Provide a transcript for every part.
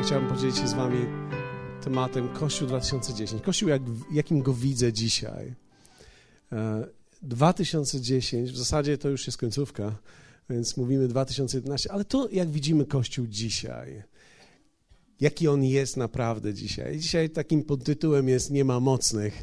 chciałbym podzielić się z wami tematem Kościół 2010. Kościół, jakim go widzę dzisiaj. 2010, w zasadzie to już jest końcówka, więc mówimy 2011, ale to jak widzimy Kościół dzisiaj, jaki on jest naprawdę dzisiaj. Dzisiaj takim podtytułem jest Nie ma mocnych.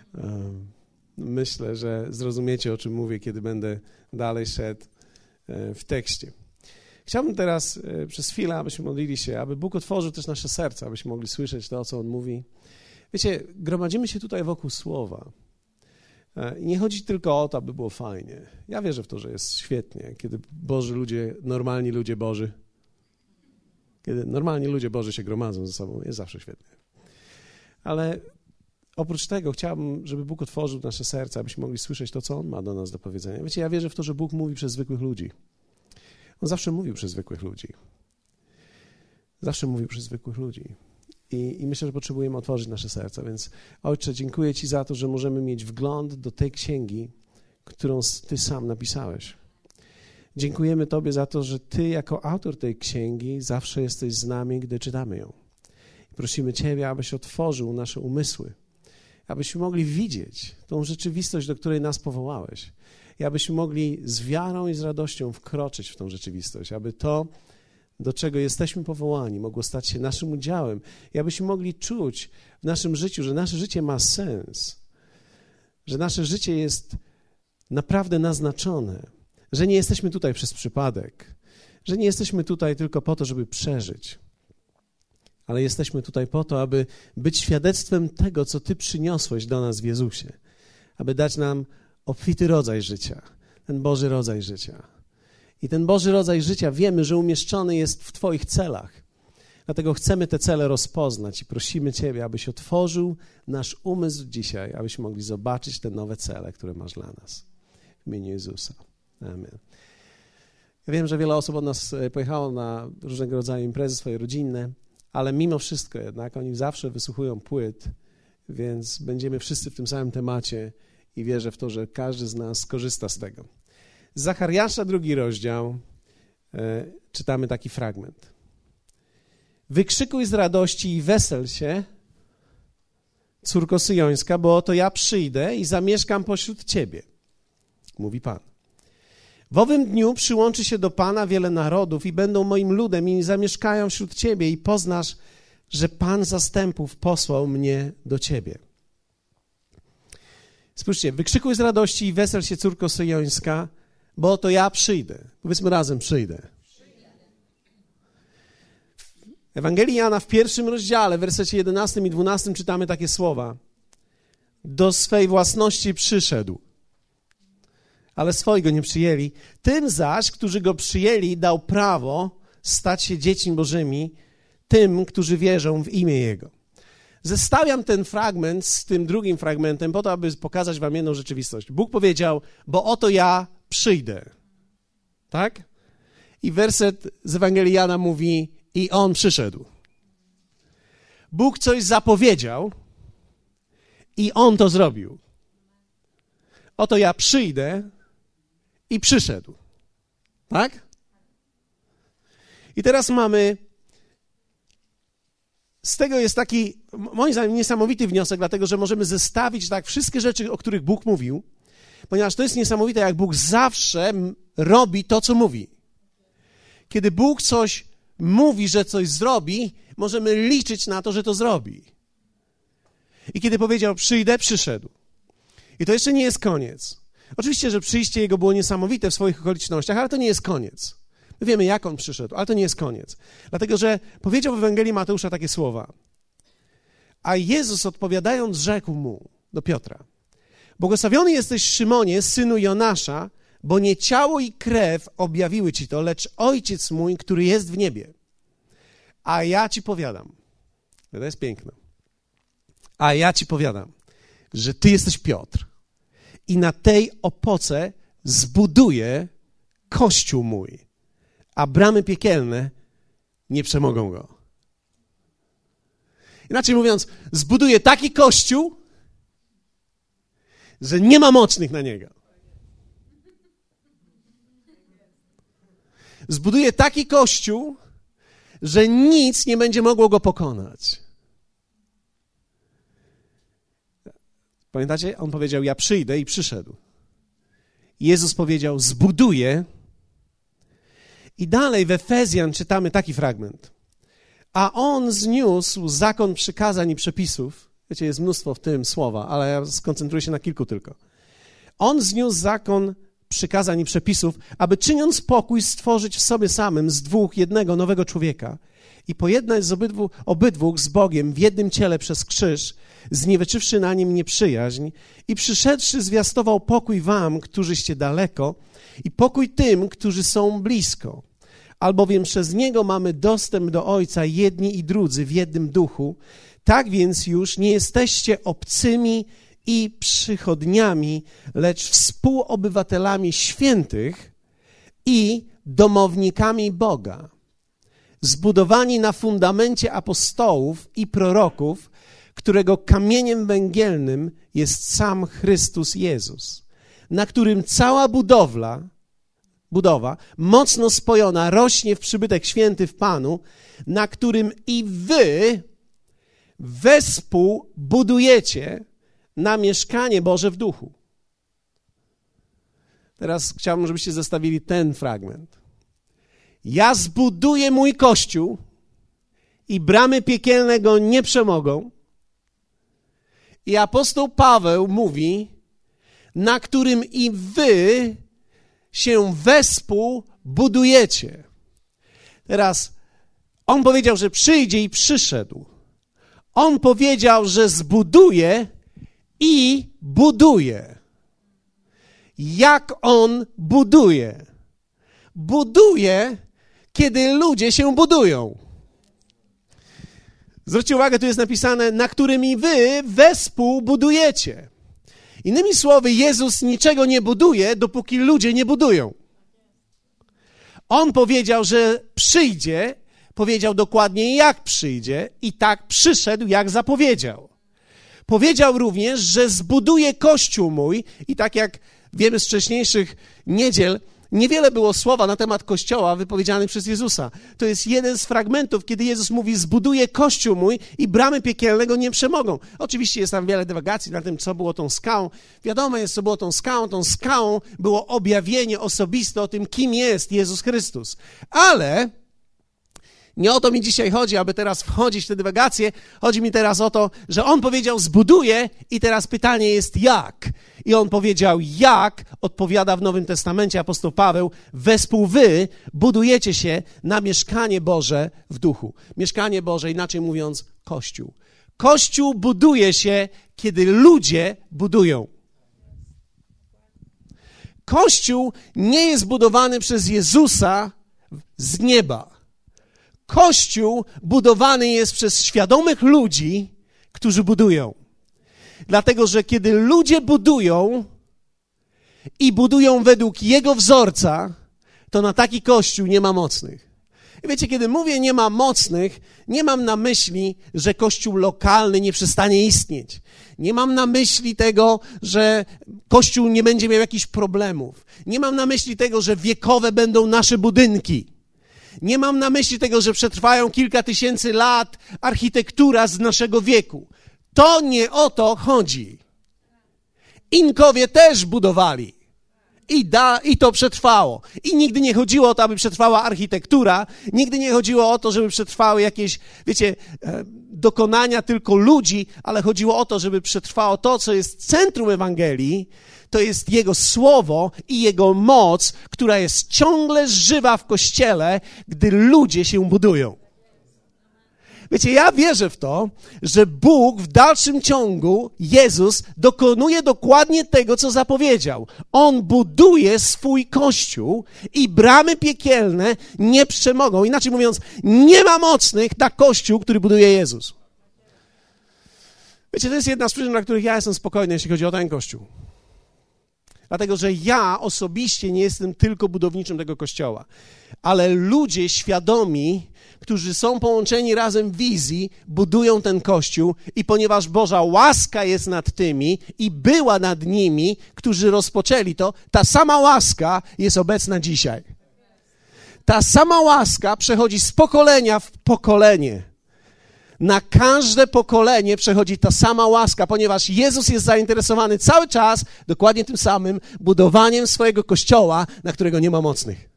Myślę, że zrozumiecie, o czym mówię, kiedy będę dalej szedł w tekście. Chciałbym teraz przez chwilę, abyśmy modlili się, aby Bóg otworzył też nasze serca, abyśmy mogli słyszeć to, co On mówi. Wiecie, gromadzimy się tutaj wokół Słowa. I nie chodzi tylko o to, aby było fajnie. Ja wierzę w to, że jest świetnie, kiedy Boży ludzie, normalni ludzie Boży, kiedy normalni ludzie Boży się gromadzą ze sobą, jest zawsze świetnie. Ale oprócz tego chciałbym, żeby Bóg otworzył nasze serca, abyśmy mogli słyszeć to, co On ma do nas do powiedzenia. Wiecie, ja wierzę w to, że Bóg mówi przez zwykłych ludzi. On zawsze mówił przez zwykłych ludzi. Zawsze mówił przez zwykłych ludzi. I myślę, że potrzebujemy otworzyć nasze serca. Więc Ojcze, dziękuję Ci za to, że możemy mieć wgląd do tej księgi, którą Ty sam napisałeś. Dziękujemy Tobie za to, że Ty jako autor tej księgi zawsze jesteś z nami, gdy czytamy ją. I prosimy Ciebie, abyś otworzył nasze umysły, abyśmy mogli widzieć tą rzeczywistość, do której nas powołałeś. I abyśmy mogli z wiarą i z radością wkroczyć w tą rzeczywistość, aby to, do czego jesteśmy powołani, mogło stać się naszym udziałem i abyśmy mogli czuć w naszym życiu, że nasze życie ma sens, że nasze życie jest naprawdę naznaczone, że nie jesteśmy tutaj przez przypadek, że nie jesteśmy tutaj tylko po to, żeby przeżyć, ale jesteśmy tutaj po to, aby być świadectwem tego, co Ty przyniosłeś do nas w Jezusie, aby dać nam obfity rodzaj życia, ten Boży rodzaj życia. I ten Boży rodzaj życia wiemy, że umieszczony jest w Twoich celach. Dlatego chcemy te cele rozpoznać i prosimy Ciebie, abyś otworzył nasz umysł dzisiaj, abyśmy mogli zobaczyć te nowe cele, które masz dla nas. W imieniu Jezusa. Amen. Ja wiem, że wiele osób od nas pojechało na różnego rodzaju imprezy swoje rodzinne, ale mimo wszystko jednak oni zawsze wysłuchują płyt, więc będziemy wszyscy w tym samym temacie i wierzę w to, że każdy z nas skorzysta z tego. Z Zachariasza 2 rozdział czytamy taki fragment. Wykrzykuj z radości i wesel się, córko syjońska, bo oto ja przyjdę i zamieszkam pośród ciebie, mówi Pan. W owym dniu przyłączy się do Pana wiele narodów i będą moim ludem i zamieszkają wśród ciebie i poznasz, że Pan zastępów posłał mnie do ciebie. Spójrzcie, wykrzykuj z radości i wesel się, córko syjońska, bo oto ja przyjdę. Powiedzmy razem, przyjdę. W Ewangelii Jana w 1 rozdziale, w wersecie 11 i 12 czytamy takie słowa. Do swej własności przyszedł, ale swoi go nie przyjęli. Tym zaś, którzy go przyjęli, dał prawo stać się dziećmi Bożymi, tym, którzy wierzą w imię Jego. Zestawiam ten fragment z tym drugim fragmentem po to, aby pokazać wam jedną rzeczywistość. Bóg powiedział, bo oto ja przyjdę. Tak? I werset z Ewangelii Jana mówi, i On przyszedł. Bóg coś zapowiedział i On to zrobił. Oto ja przyjdę i przyszedł. Tak? I teraz mamy... Z tego jest taki, moim zdaniem, niesamowity wniosek, dlatego że możemy zestawić tak wszystkie rzeczy, o których Bóg mówił, ponieważ to jest niesamowite, jak Bóg zawsze robi to, co mówi. Kiedy Bóg coś mówi, że coś zrobi, możemy liczyć na to, że to zrobi. I kiedy powiedział przyjdę, przyszedł. I to jeszcze nie jest koniec. Oczywiście, że przyjście Jego było niesamowite w swoich okolicznościach, ale to nie jest koniec. My wiemy, jak On przyszedł, ale to nie jest koniec. Dlatego, że powiedział w Ewangelii Mateusza takie słowa. A Jezus odpowiadając rzekł mu do Piotra. Błogosławiony jesteś, Szymonie, synu Jonasza, bo nie ciało i krew objawiły ci to, lecz Ojciec mój, który jest w niebie. A ja ci powiadam, to jest piękne, a ja ci powiadam, że ty jesteś Piotr i na tej opoce zbuduję Kościół mój. A bramy piekielne nie przemogą go. Inaczej mówiąc, zbuduje taki kościół, że nie ma mocnych na niego. Zbuduje taki kościół, że nic nie będzie mogło go pokonać. Pamiętacie? On powiedział, ja przyjdę i przyszedł. Jezus powiedział, zbuduję. I dalej w Efezjan czytamy taki fragment. A on zniósł zakon przykazań i przepisów. Wiecie, jest mnóstwo w tym słowa, ale ja skoncentruję się na kilku tylko. On zniósł zakon przykazań i przepisów, aby czyniąc pokój stworzyć w sobie samym z dwóch jednego nowego człowieka i pojednać z obydwóch z Bogiem w jednym ciele przez krzyż, znieweczywszy na nim nieprzyjaźń i przyszedłszy zwiastował pokój wam, którzyście daleko i pokój tym, którzy są blisko. Albowiem przez niego mamy dostęp do Ojca jedni i drudzy w jednym duchu. Tak więc już nie jesteście obcymi i przychodniami, lecz współobywatelami świętych i domownikami Boga, zbudowani na fundamencie apostołów i proroków, którego kamieniem węgielnym jest sam Chrystus Jezus, na którym cała budowa mocno spojona rośnie w przybytek święty w Panu, na którym i wy wespół budujecie na mieszkanie Boże w duchu. Teraz chciałbym, żebyście zestawili ten fragment. Ja zbuduję mój kościół i bramy piekielne go nie przemogą. I apostoł Paweł mówi, na którym i wy się wespół budujecie. Teraz on powiedział, że przyjdzie i przyszedł. On powiedział, że zbuduje i buduje. Jak on buduje? Buduje, kiedy ludzie się budują. Zwróćcie uwagę, tu jest napisane, na którym i wy wespół budujecie. Innymi słowy, Jezus niczego nie buduje, dopóki ludzie nie budują. On powiedział, że przyjdzie, powiedział dokładnie jak przyjdzie i tak przyszedł, jak zapowiedział. Powiedział również, że zbuduje Kościół mój i tak jak wiemy z wcześniejszych niedziel, niewiele było słowa na temat Kościoła wypowiedzianych przez Jezusa. To jest jeden z fragmentów, kiedy Jezus mówi, zbuduję Kościół mój i bramy piekielne go nie przemogą. Oczywiście jest tam wiele dywagacji na tym, co było tą skałą. Wiadomo jest, co było tą skałą. Tą skałą było objawienie osobiste o tym, kim jest Jezus Chrystus. Ale nie o to mi dzisiaj chodzi, aby teraz wchodzić w te dywagacje. Chodzi mi teraz o to, że On powiedział zbuduję i teraz pytanie jest jak. I On powiedział jak, odpowiada w Nowym Testamencie apostoł Paweł, wespół wy budujecie się na mieszkanie Boże w duchu. Mieszkanie Boże, inaczej mówiąc, Kościół. Kościół buduje się, kiedy ludzie budują. Kościół nie jest budowany przez Jezusa z nieba. Kościół budowany jest przez świadomych ludzi, którzy budują. Dlatego, że kiedy ludzie budują i budują według Jego wzorca, to na taki Kościół nie ma mocnych. I wiecie, kiedy mówię nie ma mocnych, nie mam na myśli, że Kościół lokalny nie przestanie istnieć. Nie mam na myśli tego, że Kościół nie będzie miał jakichś problemów. Nie mam na myśli tego, że wiekowe będą nasze budynki. Nie mam na myśli tego, że przetrwają kilka tysięcy lat architektura z naszego wieku. To nie o to chodzi. Inkowie też budowali i to przetrwało. I nigdy nie chodziło o to, aby przetrwała architektura, nigdy nie chodziło o to, żeby przetrwały jakieś, wiecie, dokonania tylko ludzi, ale chodziło o to, żeby przetrwało to, co jest centrum Ewangelii, to jest Jego Słowo i Jego moc, która jest ciągle żywa w Kościele, gdy ludzie się budują. Wiecie, ja wierzę w to, że Bóg w dalszym ciągu, Jezus, dokonuje dokładnie tego, co zapowiedział. On buduje swój Kościół i bramy piekielne nie przemogą. Inaczej mówiąc, nie ma mocnych na Kościół, który buduje Jezus. Wiecie, to jest jedna z przyczyn, dla których ja jestem spokojny, jeśli chodzi o ten Kościół. Dlatego, że ja osobiście nie jestem tylko budowniczym tego Kościoła, ale ludzie świadomi, którzy są połączeni razem w wizji, budują ten Kościół i ponieważ Boża łaska jest nad tymi i była nad nimi, którzy rozpoczęli to, ta sama łaska jest obecna dzisiaj. Ta sama łaska przechodzi z pokolenia w pokolenie. Na każde pokolenie przechodzi ta sama łaska, ponieważ Jezus jest zainteresowany cały czas dokładnie tym samym budowaniem swojego Kościoła, na którego nie ma mocnych.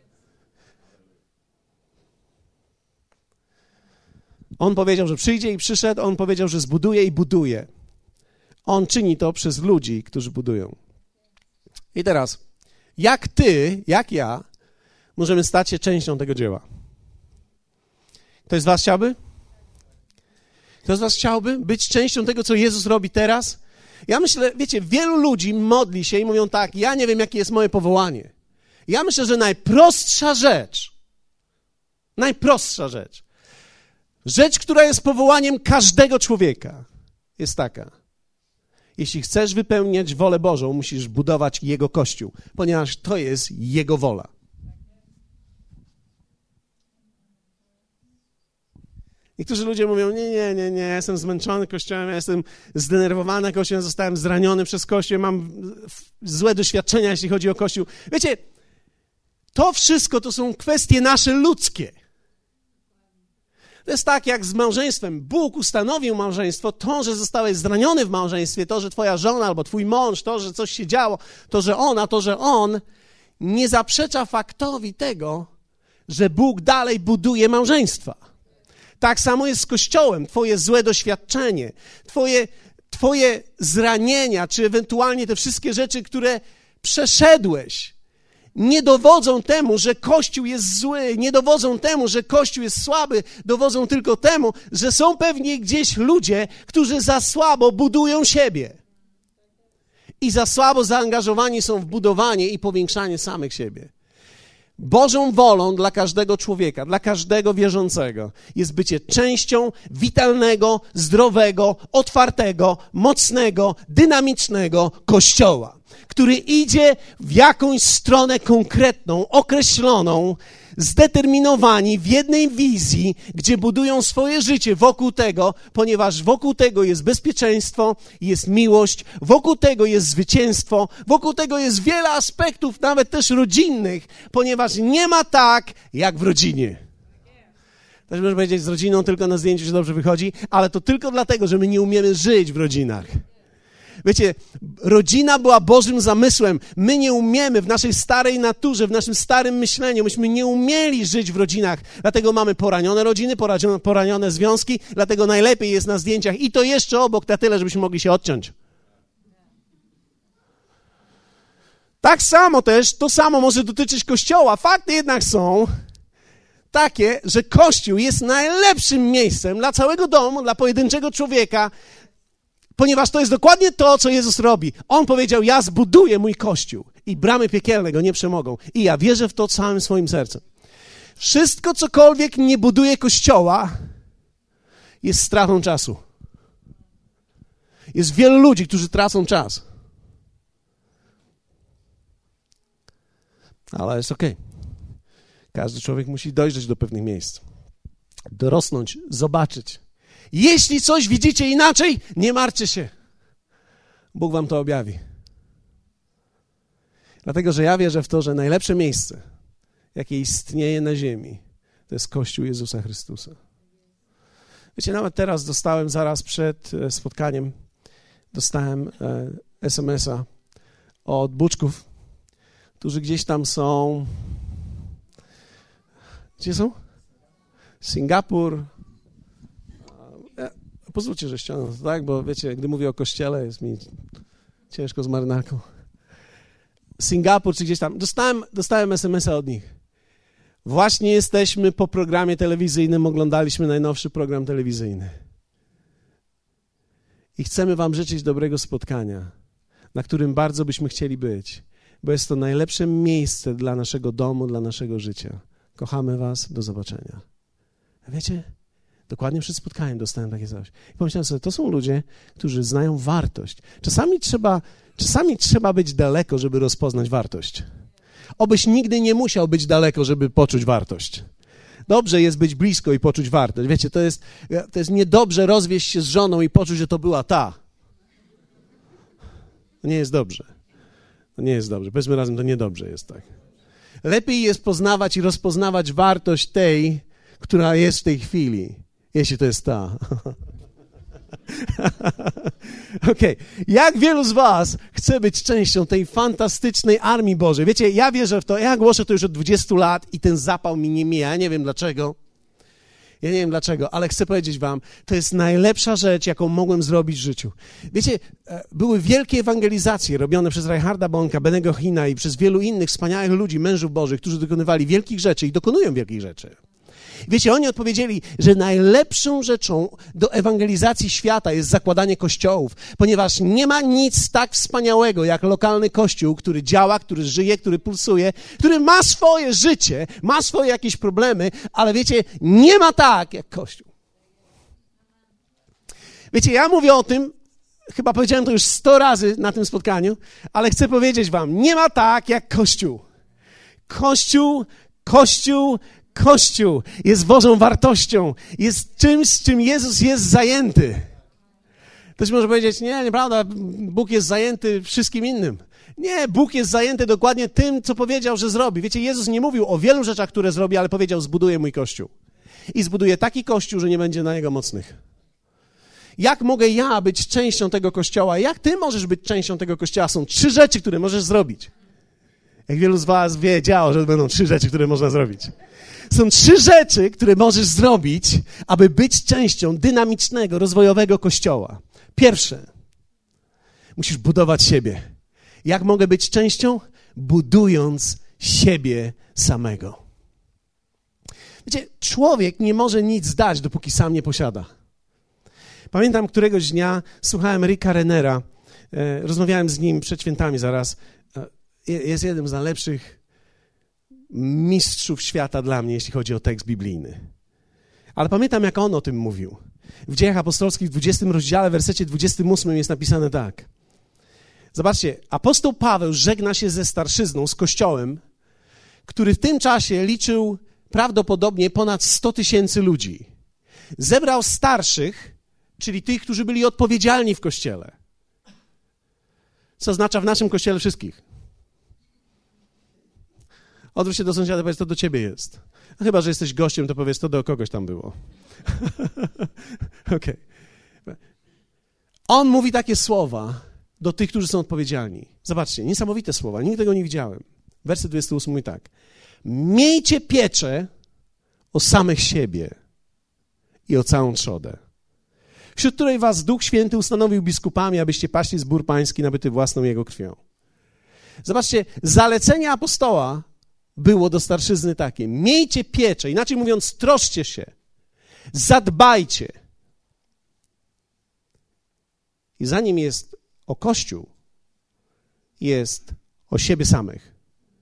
On powiedział, że przyjdzie i przyszedł, on powiedział, że zbuduje i buduje. On czyni to przez ludzi, którzy budują. I teraz, jak ty, jak ja, możemy stać się częścią tego dzieła? Ktoś z was chciałby? Kto z was chciałby być częścią tego, co Jezus robi teraz? Ja myślę, wiecie, wielu ludzi modli się i mówią tak, ja nie wiem, jakie jest moje powołanie. Ja myślę, że najprostsza rzecz, która jest powołaniem każdego człowieka, jest taka. Jeśli chcesz wypełniać wolę Bożą, musisz budować Jego Kościół, ponieważ to jest Jego wola. Niektórzy ludzie mówią, nie, ja jestem zmęczony Kościołem, ja jestem zdenerwowany Kościołem, zostałem zraniony przez Kościół, mam złe doświadczenia, jeśli chodzi o Kościół. Wiecie, to wszystko to są kwestie nasze ludzkie. To jest tak jak z małżeństwem. Bóg ustanowił małżeństwo, to, że zostałeś zraniony w małżeństwie, to, że twoja żona albo twój mąż, to, że coś się działo, to, że ona, to, że on, nie zaprzecza faktowi tego, że Bóg dalej buduje małżeństwa. Tak samo jest z Kościołem. Twoje złe doświadczenie, twoje zranienia, czy ewentualnie te wszystkie rzeczy, które przeszedłeś, nie dowodzą temu, że Kościół jest zły, nie dowodzą temu, że Kościół jest słaby, dowodzą tylko temu, że są pewnie gdzieś ludzie, którzy za słabo budują siebie i za słabo zaangażowani są w budowanie i powiększanie samych siebie. Bożą wolą dla każdego człowieka, dla każdego wierzącego jest bycie częścią witalnego, zdrowego, otwartego, mocnego, dynamicznego Kościoła, który idzie w jakąś stronę konkretną, określoną, zdeterminowani w jednej wizji, gdzie budują swoje życie wokół tego, ponieważ wokół tego jest bezpieczeństwo, jest miłość, wokół tego jest zwycięstwo, wokół tego jest wiele aspektów, nawet też rodzinnych, ponieważ nie ma tak, jak w rodzinie. Też można powiedzieć, z rodziną tylko na zdjęciu się dobrze wychodzi, ale to tylko dlatego, że my nie umiemy żyć w rodzinach. Wiecie, rodzina była Bożym zamysłem. My nie umiemy w naszej starej naturze, w naszym starym myśleniu, myśmy nie umieli żyć w rodzinach. Dlatego mamy poranione rodziny, poranione związki, dlatego najlepiej jest na zdjęciach i to jeszcze obok na tyle, żebyśmy mogli się odciąć. Tak samo też, to samo może dotyczyć Kościoła. Fakty jednak są takie, że Kościół jest najlepszym miejscem dla całego domu, dla pojedynczego człowieka, ponieważ to jest dokładnie to, co Jezus robi. On powiedział, ja zbuduję mój Kościół i bramy piekielne go nie przemogą. I ja wierzę w to całym swoim sercem. Wszystko, cokolwiek nie buduje Kościoła, jest stratą czasu. Jest wielu ludzi, którzy tracą czas. Ale jest okej. Każdy człowiek musi dojrzeć do pewnych miejsc. Dorosnąć, zobaczyć. Jeśli coś widzicie inaczej, nie martwcie się. Bóg wam to objawi. Dlatego, że ja wierzę w to, że najlepsze miejsce, jakie istnieje na ziemi, to jest Kościół Jezusa Chrystusa. Wiecie, nawet teraz dostałem, zaraz przed spotkaniem, dostałem SMS-a od buczków, którzy gdzieś tam są. Gdzie są? Singapur. Pozwólcie, że ściągnę to, tak? Bo wiecie, gdy mówię o Kościele, jest mi ciężko z marynarką. Singapur czy gdzieś tam. Dostałem SMS-a od nich. Właśnie jesteśmy po programie telewizyjnym, oglądaliśmy najnowszy program telewizyjny. I chcemy wam życzyć dobrego spotkania, na którym bardzo byśmy chcieli być, bo jest to najlepsze miejsce dla naszego domu, dla naszego życia. Kochamy was, do zobaczenia. A wiecie, dokładnie przed spotkaniem dostałem takie coś. I pomyślałem sobie, to są ludzie, którzy znają wartość. Czasami trzeba być daleko, żeby rozpoznać wartość. Obyś nigdy nie musiał być daleko, żeby poczuć wartość. Dobrze jest być blisko i poczuć wartość. Wiecie, to jest niedobrze rozwieść się z żoną i poczuć, że to była ta. To nie jest dobrze. To nie jest dobrze. Powiedzmy razem, to niedobrze jest tak. Lepiej jest poznawać i rozpoznawać wartość tej, która jest w tej chwili, jeśli to jest ta. Okej. Jak wielu z was chce być częścią tej fantastycznej armii Bożej? Wiecie, ja wierzę w to, ja głoszę to już od 20 lat i ten zapał mi nie mija. Ja nie wiem dlaczego, ale chcę powiedzieć wam, to jest najlepsza rzecz, jaką mogłem zrobić w życiu. Wiecie, były wielkie ewangelizacje robione przez Reinharda Bonka, Bennego Hina i przez wielu innych wspaniałych ludzi, mężów Bożych, którzy dokonywali wielkich rzeczy i dokonują wielkich rzeczy. Wiecie, oni odpowiedzieli, że najlepszą rzeczą do ewangelizacji świata jest zakładanie kościołów, ponieważ nie ma nic tak wspaniałego jak lokalny kościół, który działa, który żyje, który pulsuje, który ma swoje życie, ma swoje jakieś problemy, ale wiecie, nie ma tak jak kościół. Wiecie, ja mówię o tym, chyba powiedziałem to już 100 razy na tym spotkaniu, ale chcę powiedzieć wam, nie ma tak jak kościół. Kościół jest Bożą wartością, jest czymś, z czym Jezus jest zajęty. Ktoś może powiedzieć, nieprawda, Bóg jest zajęty wszystkim innym. Nie, Bóg jest zajęty dokładnie tym, co powiedział, że zrobi. Wiecie, Jezus nie mówił o wielu rzeczach, które zrobi, ale powiedział, zbuduję mój Kościół. I zbuduję taki Kościół, że nie będzie na niego mocnych. Jak mogę ja być częścią tego Kościoła? Jak ty możesz być częścią tego Kościoła? Są 3 rzeczy, które możesz zrobić. Jak wielu z was wiedziało, że będą 3 rzeczy, które można zrobić. Są 3 rzeczy, które możesz zrobić, aby być częścią dynamicznego, rozwojowego Kościoła. Pierwsze, musisz budować siebie. Jak mogę być częścią? Budując siebie samego. Wiecie, człowiek nie może nic dać, dopóki sam nie posiada. Pamiętam któregoś dnia słuchałem Ricka Renera, rozmawiałem z nim przed świętami zaraz. Jest jednym z najlepszych mistrzów świata dla mnie, jeśli chodzi o tekst biblijny. Ale pamiętam, jak on o tym mówił. W Dziejach Apostolskich w 20 rozdziale, w wersecie 28 jest napisane tak. Zobaczcie, apostoł Paweł żegna się ze starszyzną, z Kościołem, który w tym czasie liczył prawdopodobnie ponad 100 000 ludzi. Zebrał starszych, czyli tych, którzy byli odpowiedzialni w Kościele. Co oznacza w naszym Kościele wszystkich. Odwróć się do sąsiada i powiedz, to do ciebie jest. No chyba, że jesteś gościem, to powiedz, to do kogoś tam było. Okej. On mówi takie słowa do tych, którzy są odpowiedzialni. Zobaczcie, niesamowite słowa, nigdy tego nie widziałem. Werset 28 mówi tak. Miejcie pieczę o samych siebie i o całą trzodę, wśród której was Duch Święty ustanowił biskupami, abyście paśli zbór pański nabyty własną Jego krwią. Zobaczcie, zalecenie apostoła było do starszyzny takie. Miejcie pieczę, inaczej mówiąc, troszcie się, zadbajcie. I zanim jest o Kościół, jest o siebie samych.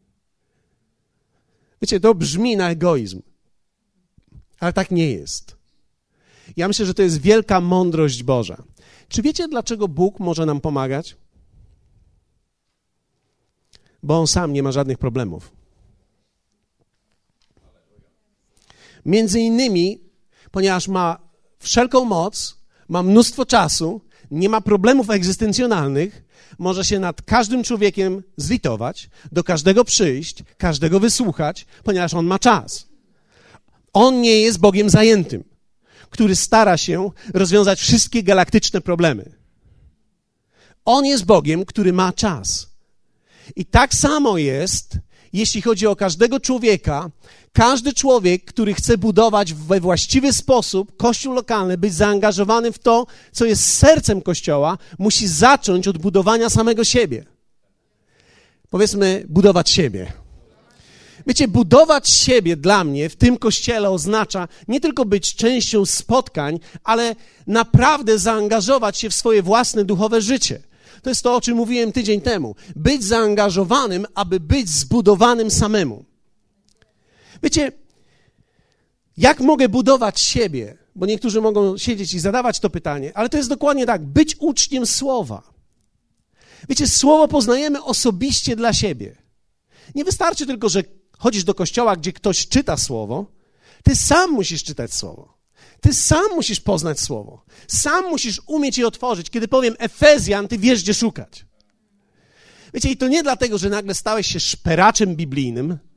Wiecie, to brzmi na egoizm, ale tak nie jest. Ja myślę, że to jest wielka mądrość Boża. Czy wiecie, dlaczego Bóg może nam pomagać? Bo On sam nie ma żadnych problemów. Między innymi, ponieważ ma wszelką moc, ma mnóstwo czasu, nie ma problemów egzystencjonalnych, może się nad każdym człowiekiem zlitować, do każdego przyjść, każdego wysłuchać, ponieważ On ma czas. On nie jest Bogiem zajętym, który stara się rozwiązać wszystkie galaktyczne problemy. On jest Bogiem, który ma czas. I tak samo jest, jeśli chodzi o każdego człowieka. Każdy człowiek, który chce budować we właściwy sposób Kościół lokalny, być zaangażowany w to, co jest sercem Kościoła, musi zacząć od budowania samego siebie. Powiedzmy, budować siebie. Wiecie, budować siebie dla mnie w tym Kościele oznacza nie tylko być częścią spotkań, ale naprawdę zaangażować się w swoje własne duchowe życie. To jest to, o czym mówiłem tydzień temu. Być zaangażowanym, aby być zbudowanym samemu. Wiecie, jak mogę budować siebie? Bo niektórzy mogą siedzieć i zadawać to pytanie, ale to jest dokładnie tak. Być uczniem Słowa. Wiecie, Słowo poznajemy osobiście dla siebie. Nie wystarczy tylko, że chodzisz do kościoła, gdzie ktoś czyta Słowo. Ty sam musisz czytać Słowo. Ty sam musisz poznać Słowo. Sam musisz umieć je otworzyć. Kiedy powiem Efezjan, ty wiesz, gdzie szukać. Wiecie, i to nie dlatego, że nagle stałeś się szperaczem biblijnym,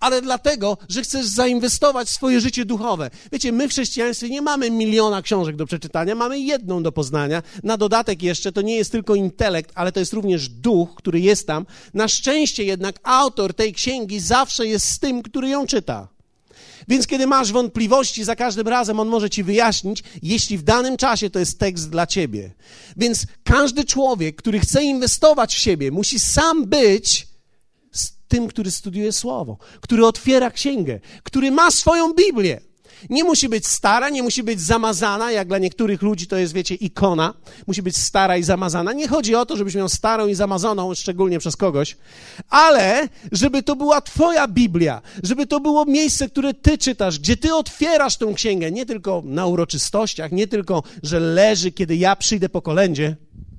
ale dlatego, że chcesz zainwestować w swoje życie duchowe. Wiecie, my w chrześcijaństwie nie mamy 1 miliona książek do przeczytania, mamy 1 do poznania. Na dodatek jeszcze to nie jest tylko intelekt, ale to jest również duch, który jest tam. Na szczęście jednak autor tej księgi zawsze jest z tym, który ją czyta. Więc kiedy masz wątpliwości, za każdym razem on może ci wyjaśnić, jeśli w danym czasie to jest tekst dla ciebie. Więc każdy człowiek, który chce inwestować w siebie, musi sam być z tym, który studiuje Słowo, który otwiera księgę, który ma swoją Biblię. Nie musi być stara, nie musi być zamazana, jak dla niektórych ludzi to jest, wiecie, ikona. Musi być stara i zamazana. Nie chodzi o to, żebyś miał starą i zamazaną, szczególnie przez kogoś, ale żeby to była twoja Biblia, żeby to było miejsce, które ty czytasz, gdzie ty otwierasz tę księgę, nie tylko na uroczystościach, nie tylko, że leży, kiedy ja przyjdę po kolędzie,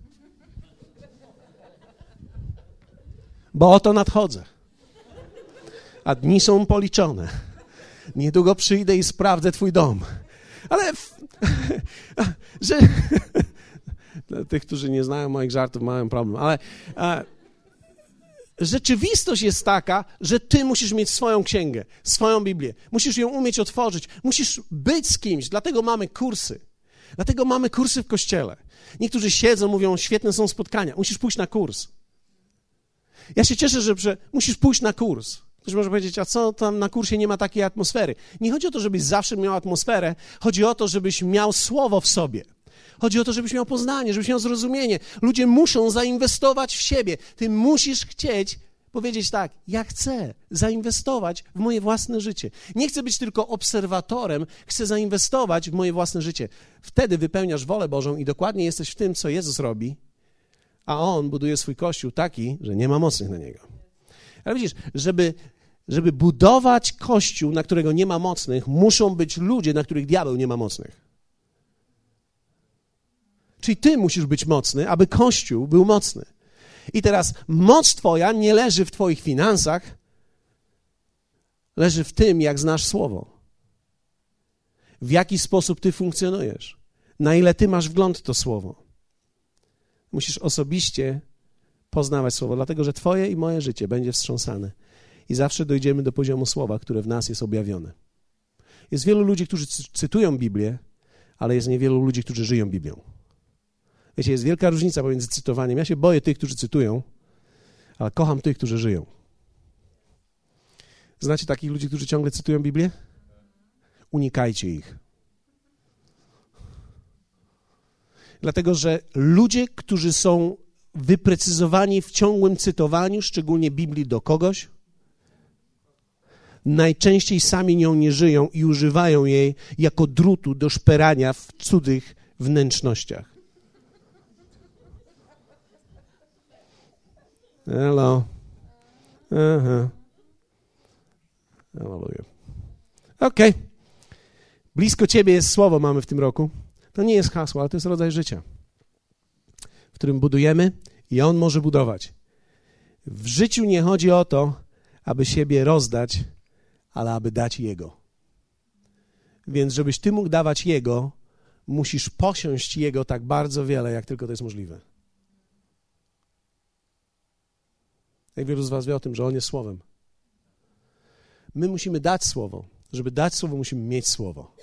bo oto nadchodzę, a dni są policzone. Niedługo przyjdę i sprawdzę twój dom. Ale że dla tych, którzy nie znają moich żartów, mają problem. Ale rzeczywistość jest taka, że ty musisz mieć swoją księgę, swoją Biblię. Musisz ją umieć otworzyć. Musisz być z kimś. Dlatego mamy kursy. Dlatego mamy kursy w kościele. Niektórzy siedzą, mówią, świetne są spotkania. Musisz pójść na kurs. Ja się cieszę, że musisz pójść na kurs. Ktoś może powiedzieć, a co tam na kursie nie ma takiej atmosfery? Nie chodzi o to, żebyś zawsze miał atmosferę, chodzi o to, żebyś miał słowo w sobie. Chodzi o to, żebyś miał poznanie, żebyś miał zrozumienie. Ludzie muszą zainwestować w siebie. Ty musisz chcieć powiedzieć tak, ja chcę zainwestować w moje własne życie. Nie chcę być tylko obserwatorem, chcę zainwestować w moje własne życie. Wtedy wypełniasz wolę Bożą i dokładnie jesteś w tym, co Jezus robi, a On buduje swój Kościół taki, że nie ma mocnych na Niego. Ale widzisz, żeby budować Kościół, na którego nie ma mocnych, muszą być ludzie, na których diabeł nie ma mocnych. Czyli ty musisz być mocny, aby Kościół był mocny. I teraz moc twoja nie leży w twoich finansach, leży w tym, jak znasz Słowo. W jaki sposób ty funkcjonujesz. Na ile ty masz wgląd w to Słowo. Musisz osobiście poznawać Słowo, dlatego że twoje i moje życie będzie wstrząsane. I zawsze dojdziemy do poziomu Słowa, które w nas jest objawione. Jest wielu ludzi, którzy cytują Biblię, ale jest niewielu ludzi, którzy żyją Biblią. Wiecie, jest wielka różnica pomiędzy cytowaniem. Ja się boję tych, którzy cytują, ale kocham tych, którzy żyją. Znacie takich ludzi, którzy ciągle cytują Biblię? Unikajcie ich. Dlatego, że ludzie, którzy są wyprecyzowani w ciągłym cytowaniu, szczególnie Biblii do kogoś, najczęściej sami nią nie żyją i używają jej jako drutu do szperania w cudzych wnętrznościach. Hello. Aha. Hallelujah. Okej. Blisko ciebie jest słowo, mamy w tym roku. To nie jest hasło, ale to jest rodzaj życia, w którym budujemy i on może budować. W życiu nie chodzi o to, aby siebie rozdać, ale aby dać Jego. Więc żebyś ty mógł dawać Jego, musisz posiąść Jego tak bardzo wiele, jak tylko to jest możliwe. Jak wielu z was wie o tym, że On jest Słowem. My musimy dać Słowo. Żeby dać Słowo, musimy mieć Słowo.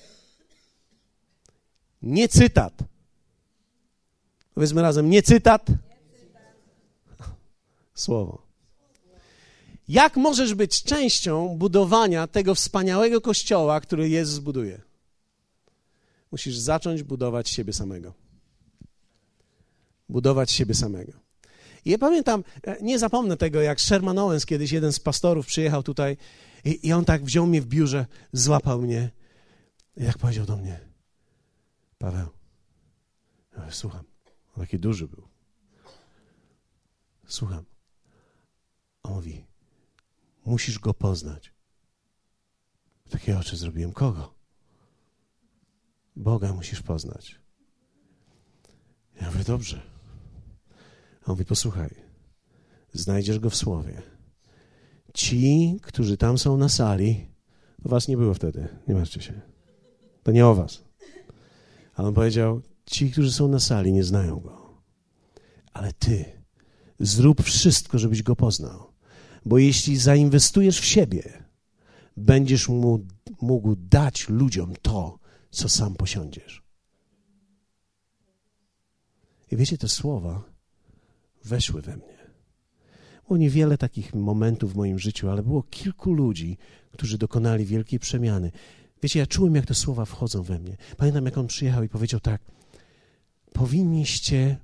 Nie cytat. Powiedzmy razem, nie cytat. Słowo. Jak możesz być częścią budowania tego wspaniałego Kościoła, który Jezus zbuduje? Musisz zacząć budować siebie samego. Budować siebie samego. I ja pamiętam, nie zapomnę tego, jak Sherman Owens kiedyś, jeden z pastorów, przyjechał tutaj i on tak wziął mnie w biurze, złapał mnie i tak powiedział do mnie: Paweł, ja mówię, słucham. On taki duży był. Słucham. On mówi: musisz go poznać. Takie oczy zrobiłem. Kogo? Boga musisz poznać. Ja mówię, dobrze. A on mówi, posłuchaj, znajdziesz go w Słowie. Ci, którzy tam są na sali, was nie było wtedy, nie martwcie się. To nie o was. Ale on powiedział, ci, którzy są na sali, nie znają go. Ale ty zrób wszystko, żebyś go poznał. Bo jeśli zainwestujesz w siebie, będziesz mógł dać ludziom to, co sam posiądziesz. I wiecie, te słowa weszły we mnie. Było niewiele takich momentów w moim życiu, ale było kilku ludzi, którzy dokonali wielkiej przemiany. Wiecie, ja czułem, jak te słowa wchodzą we mnie. Pamiętam, jak on przyjechał i powiedział tak: powinniście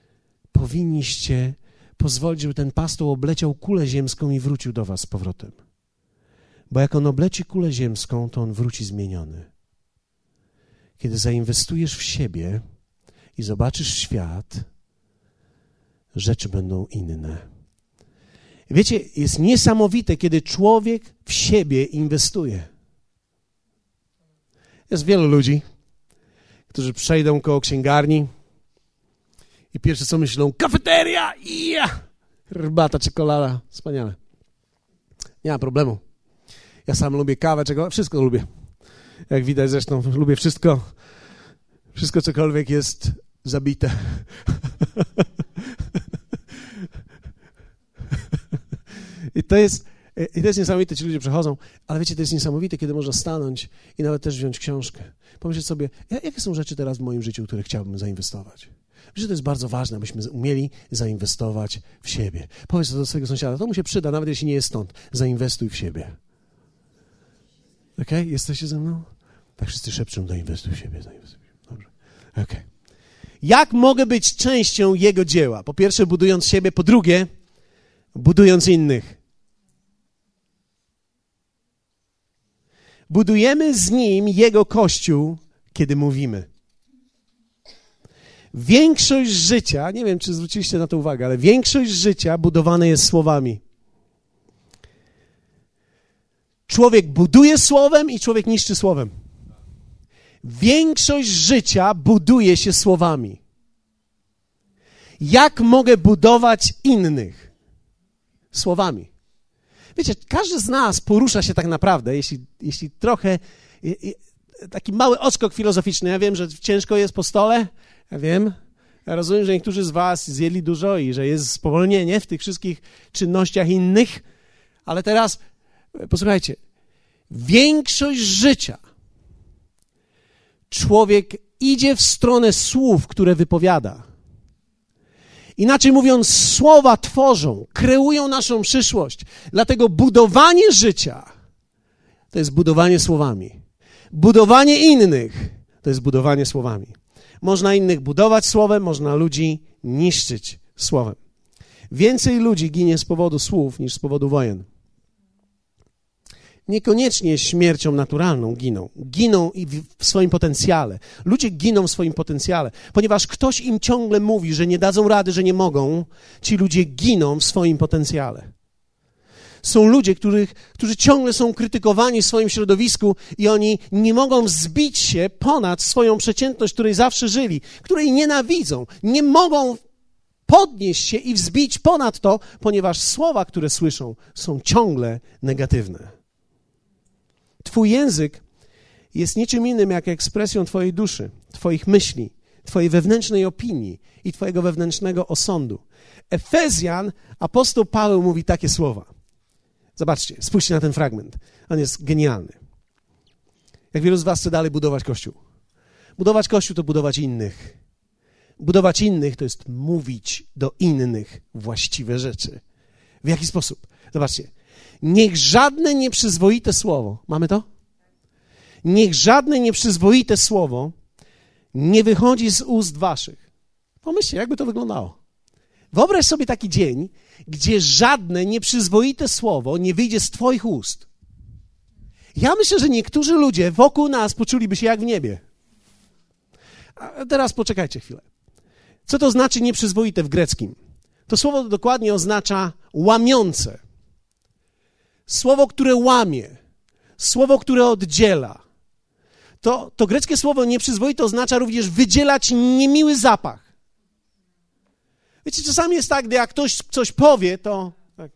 pozwolić, żeby ten pastor obleciał kulę ziemską i wrócił do was z powrotem. Bo jak on obleci kulę ziemską, to on wróci zmieniony. Kiedy zainwestujesz w siebie i zobaczysz świat, rzeczy będą inne. Wiecie, jest niesamowite, kiedy człowiek w siebie inwestuje. Jest wielu ludzi, którzy przejdą koło księgarni i pierwsze co myślą: kafeteria, herbata, czekolada, wspaniale. Nie ma problemu. Ja sam lubię kawę, wszystko lubię. Jak widać zresztą, lubię wszystko. Wszystko cokolwiek jest zabite. I to jest niesamowite, ci ludzie przechodzą, ale wiecie, to jest niesamowite, kiedy można stanąć i nawet też wziąć książkę. Pomyśleć sobie, jakie są rzeczy teraz w moim życiu, w które chciałbym zainwestować. Myślę, że to jest bardzo ważne, abyśmy umieli zainwestować w siebie. Powiedz to do swojego sąsiada, to mu się przyda, nawet jeśli nie jest stąd. Zainwestuj w siebie. Okej? Jesteście ze mną? Tak wszyscy szepczą: zainwestuj w siebie, zainwestuj w siebie. Dobrze. Okej. Jak mogę być częścią Jego dzieła? Po pierwsze, budując siebie, po drugie, budując innych. Budujemy z Nim Jego Kościół, kiedy mówimy. Większość życia, nie wiem, czy zwróciliście na to uwagę, ale większość życia budowane jest słowami. Człowiek buduje słowem i człowiek niszczy słowem. Większość życia buduje się słowami. Jak mogę budować innych? Słowami. Wiecie, każdy z nas porusza się tak naprawdę, jeśli trochę, taki mały odskok filozoficzny. Ja wiem, że ciężko jest po stole, ja wiem. Ja rozumiem, że niektórzy z was zjedli dużo i że jest spowolnienie w tych wszystkich czynnościach innych, ale teraz posłuchajcie. Większość życia człowiek idzie w stronę słów, które wypowiada. Inaczej mówiąc, słowa tworzą, kreują naszą przyszłość. Dlatego budowanie życia to jest budowanie słowami. Budowanie innych to jest budowanie słowami. Można innych budować słowem, można ludzi niszczyć słowem. Więcej ludzi ginie z powodu słów niż z powodu wojen. Niekoniecznie śmiercią naturalną giną. Giną i w swoim potencjale. Ludzie giną w swoim potencjale. Ponieważ ktoś im ciągle mówi, że nie dadzą rady, że nie mogą, ci ludzie giną w swoim potencjale. Są ludzie, którzy ciągle są krytykowani w swoim środowisku i oni nie mogą wzbić się ponad swoją przeciętność, której zawsze żyli, której nienawidzą. Nie mogą podnieść się i wzbić ponad to, ponieważ słowa, które słyszą, są ciągle negatywne. Twój język jest niczym innym jak ekspresją twojej duszy, twoich myśli, twojej wewnętrznej opinii i twojego wewnętrznego osądu. Efezjan, apostoł Paweł mówi takie słowa. Zobaczcie, spójrzcie na ten fragment. On jest genialny. Jak wielu z was chce dalej budować Kościół? Budować Kościół to budować innych. Budować innych to jest mówić do innych właściwe rzeczy. W jaki sposób? Zobaczcie. Niech żadne nieprzyzwoite słowo, mamy to? Niech żadne nieprzyzwoite słowo nie wychodzi z ust waszych. Pomyślcie, jakby to wyglądało. Wyobraź sobie taki dzień, gdzie żadne nieprzyzwoite słowo nie wyjdzie z twoich ust. Ja myślę, że niektórzy ludzie wokół nas poczuliby się jak w niebie. A teraz poczekajcie chwilę. Co to znaczy nieprzyzwoite w greckim? To słowo dokładnie oznacza łamiące. Słowo, które łamie. Słowo, które oddziela. To greckie słowo nieprzyzwoite oznacza również wydzielać niemiły zapach. Wiecie, czasami jest tak, gdy jak ktoś coś powie, to... Tak.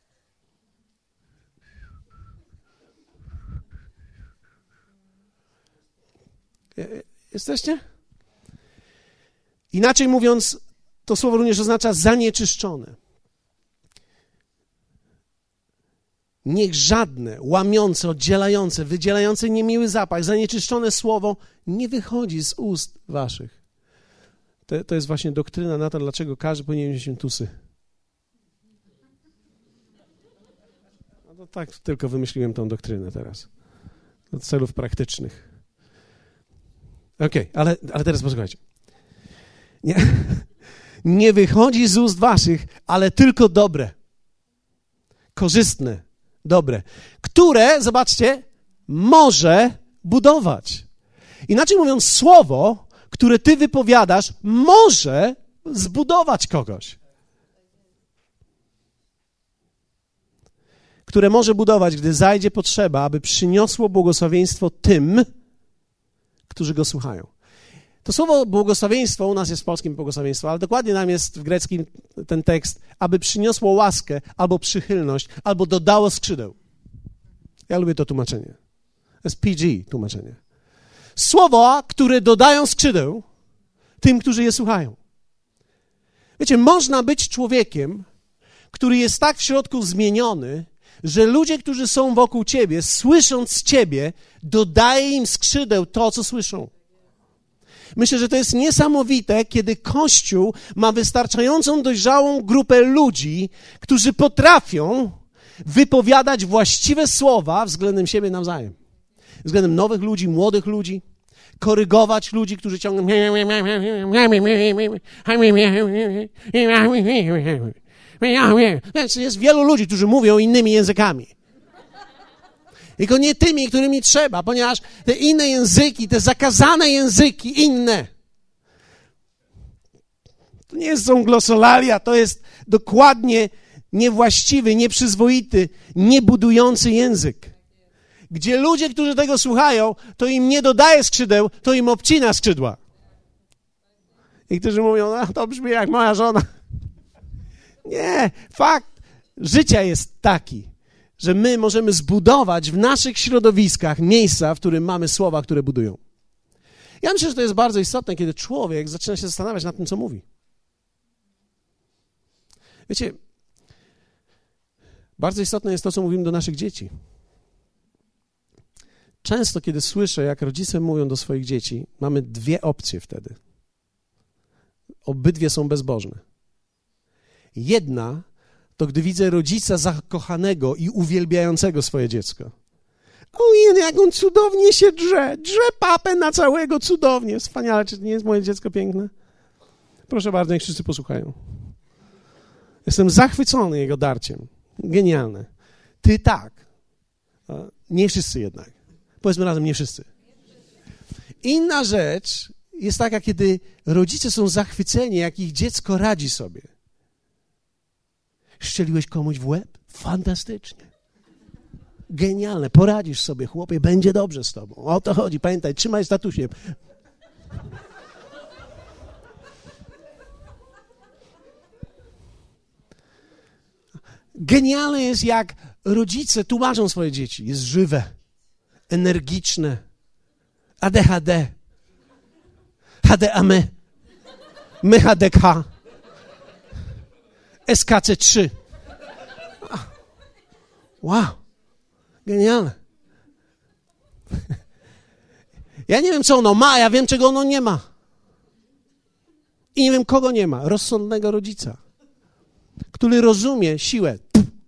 Jesteście? Inaczej mówiąc, to słowo również oznacza zanieczyszczone. Niech żadne łamiące, oddzielające, wydzielające niemiły zapach, zanieczyszczone słowo nie wychodzi z ust waszych. To jest właśnie doktryna na to, dlaczego każdy powinien mieć intusy. No to tak tylko wymyśliłem tą doktrynę teraz. Do celów praktycznych. Okej, ale teraz posłuchajcie. Nie wychodzi z ust waszych, ale tylko dobre, korzystne, dobre, które, zobaczcie, może budować. Inaczej mówiąc, słowo, które ty wypowiadasz, może zbudować kogoś. Które może budować, gdy zajdzie potrzeba, aby przyniosło błogosławieństwo tym, którzy go słuchają. To słowo błogosławieństwo u nas jest w polskim błogosławieństwo, ale dokładnie nam jest w greckim ten tekst, aby przyniosło łaskę, albo przychylność, albo dodało skrzydeł. Ja lubię to tłumaczenie. To jest PG tłumaczenie. Słowa, które dodają skrzydeł tym, którzy je słuchają. Wiecie, można być człowiekiem, który jest tak w środku zmieniony, że ludzie, którzy są wokół ciebie, słysząc ciebie, dodaje im skrzydeł to, co słyszą. Myślę, że to jest niesamowite, kiedy Kościół ma wystarczającą dojrzałą grupę ludzi, którzy potrafią wypowiadać właściwe słowa względem siebie nawzajem. Względem nowych ludzi, młodych ludzi, korygować ludzi, którzy ciągle... Jest wielu ludzi, którzy mówią innymi językami. Tylko nie tymi, którymi trzeba, ponieważ te inne języki, te zakazane języki, inne, to nie są glosolalia, to jest dokładnie niewłaściwy, nieprzyzwoity, niebudujący język. Gdzie ludzie, którzy tego słuchają, to im nie dodaje skrzydeł, to im obcina skrzydła. I którzy mówią, no to brzmi jak moja żona. Nie, fakt życia jest taki, że my możemy zbudować w naszych środowiskach miejsca, w którym mamy słowa, które budują. Ja myślę, że to jest bardzo istotne, kiedy człowiek zaczyna się zastanawiać nad tym, co mówi. Wiecie, bardzo istotne jest to, co mówimy do naszych dzieci. Często, kiedy słyszę, jak rodzice mówią do swoich dzieci, mamy dwie opcje wtedy. Obydwie są bezbożne. Jedna to gdy widzę rodzica zakochanego i uwielbiającego swoje dziecko. Ojej, jak on cudownie się drze papę na całego, cudownie, wspaniale. Czy nie jest moje dziecko piękne? Proszę bardzo, niech wszyscy posłuchają. Jestem zachwycony jego darciem. Genialne. Ty tak. Nie wszyscy jednak. Powiedzmy razem, nie wszyscy. Inna rzecz jest taka, kiedy rodzice są zachwyceni, jak ich dziecko radzi sobie. Strzeliłeś komuś w łeb? Fantastycznie. Genialne. Poradzisz sobie, chłopie, będzie dobrze z tobą. O to chodzi. Pamiętaj, trzymaj statusiem. Genialne jest, jak rodzice tłumaczą swoje dzieci. Jest żywe, energiczne, ADHD, HDAM, MHDK, SKC3. Wow, genialne. Ja nie wiem, co ono ma, ja wiem, czego ono nie ma. I nie wiem, kogo nie ma. Rozsądnego rodzica, który rozumie siłę.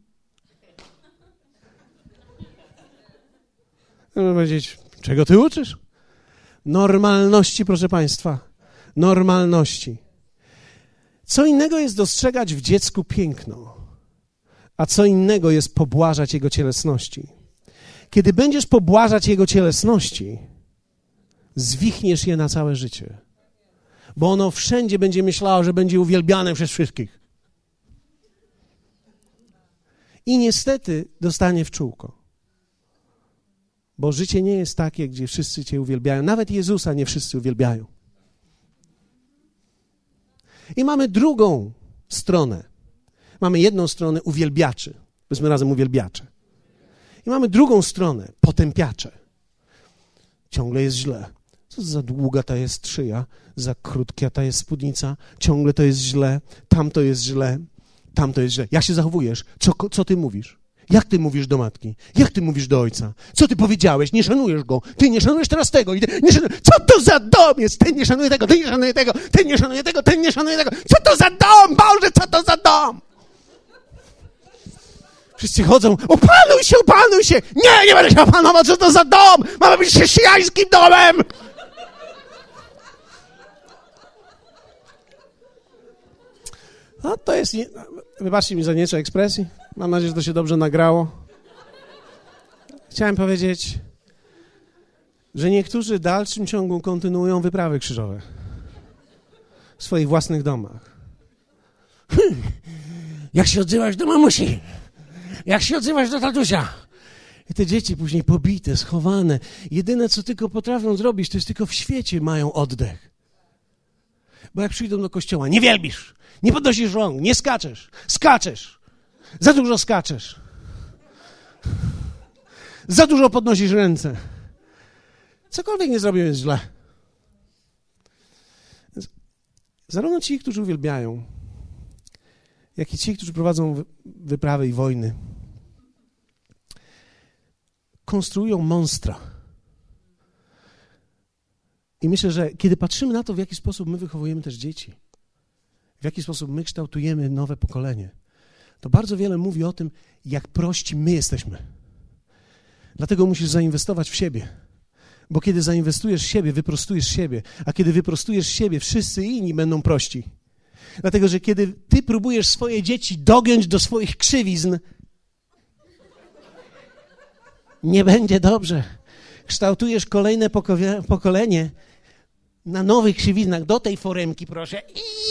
Można powiedzieć, czego ty uczysz? Normalności, proszę państwa. Normalności. Co innego jest dostrzegać w dziecku piękno, a co innego jest pobłażać jego cielesności. Kiedy będziesz pobłażać jego cielesności, zwichniesz je na całe życie. Bo ono wszędzie będzie myślało, że będzie uwielbiane przez wszystkich. I niestety dostanie w czółko. Bo życie nie jest takie, gdzie wszyscy cię uwielbiają. Nawet Jezusa nie wszyscy uwielbiają. I mamy drugą stronę. Mamy jedną stronę uwielbiaczy. Powiedzmy razem uwielbiacze. I mamy drugą stronę potępiacze. Ciągle jest źle. Co za długa ta jest szyja, za krótka ta jest spódnica. Ciągle to jest źle, tam to jest źle, tam to jest źle. Jak się zachowujesz? Co ty mówisz? Jak ty mówisz do matki? Jak ty mówisz do ojca? Co ty powiedziałeś? Nie szanujesz go. Ty nie szanujesz teraz tego. Co to za dom jest? Ten nie szanuje tego, ten nie szanuje tego, ten nie szanuje tego, ten nie szanuje tego. Co to za dom? Boże, co to za dom? Wszyscy chodzą, opanuj się. Nie będę się opanował, co to za dom? Mamy być chrześcijańskim domem. No to jest, wybaczcie mi za nieco ekspresji. Mam nadzieję, że to się dobrze nagrało. Chciałem powiedzieć, że niektórzy w dalszym ciągu kontynuują wyprawy krzyżowe w swoich własnych domach. Jak się odzywasz do mamusi? Jak się odzywasz do tatusia? I te dzieci później pobite, schowane. Jedyne, co tylko potrafią zrobić, to jest tylko w świecie mają oddech. Bo jak przyjdą do kościoła, nie wielbisz, nie podnosisz rąk, nie skaczesz. Za dużo skaczesz. Za dużo podnosisz ręce. Cokolwiek nie zrobią jest źle. Zarówno ci, którzy uwielbiają, jak i ci, którzy prowadzą wyprawy i wojny, konstruują monstra. I myślę, że kiedy patrzymy na to, w jaki sposób my wychowujemy też dzieci, w jaki sposób my kształtujemy nowe pokolenie, to bardzo wiele mówi o tym, jak prości my jesteśmy. Dlatego musisz zainwestować w siebie. Bo kiedy zainwestujesz w siebie, wyprostujesz siebie. A kiedy wyprostujesz siebie, wszyscy inni będą prości. Dlatego, że kiedy ty próbujesz swoje dzieci dogiąć do swoich krzywizn, nie będzie dobrze. Kształtujesz kolejne pokolenie na nowych krzywiznach. Do tej foremki, proszę.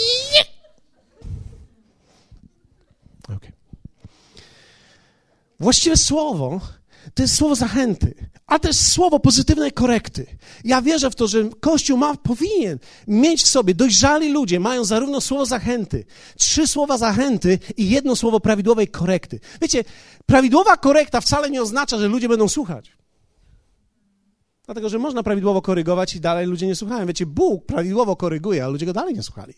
Okay. Właściwe słowo to jest słowo zachęty, a też słowo pozytywnej korekty. Ja wierzę w to, że Kościół powinien mieć w sobie, dojrzali ludzie mają zarówno słowo zachęty, 3 słowa zachęty i 1 słowo prawidłowej korekty. Wiecie, prawidłowa korekta wcale nie oznacza, że ludzie będą słuchać. Dlatego, że można prawidłowo korygować i dalej ludzie nie słuchają. Wiecie, Bóg prawidłowo koryguje, a ludzie go dalej nie słuchali.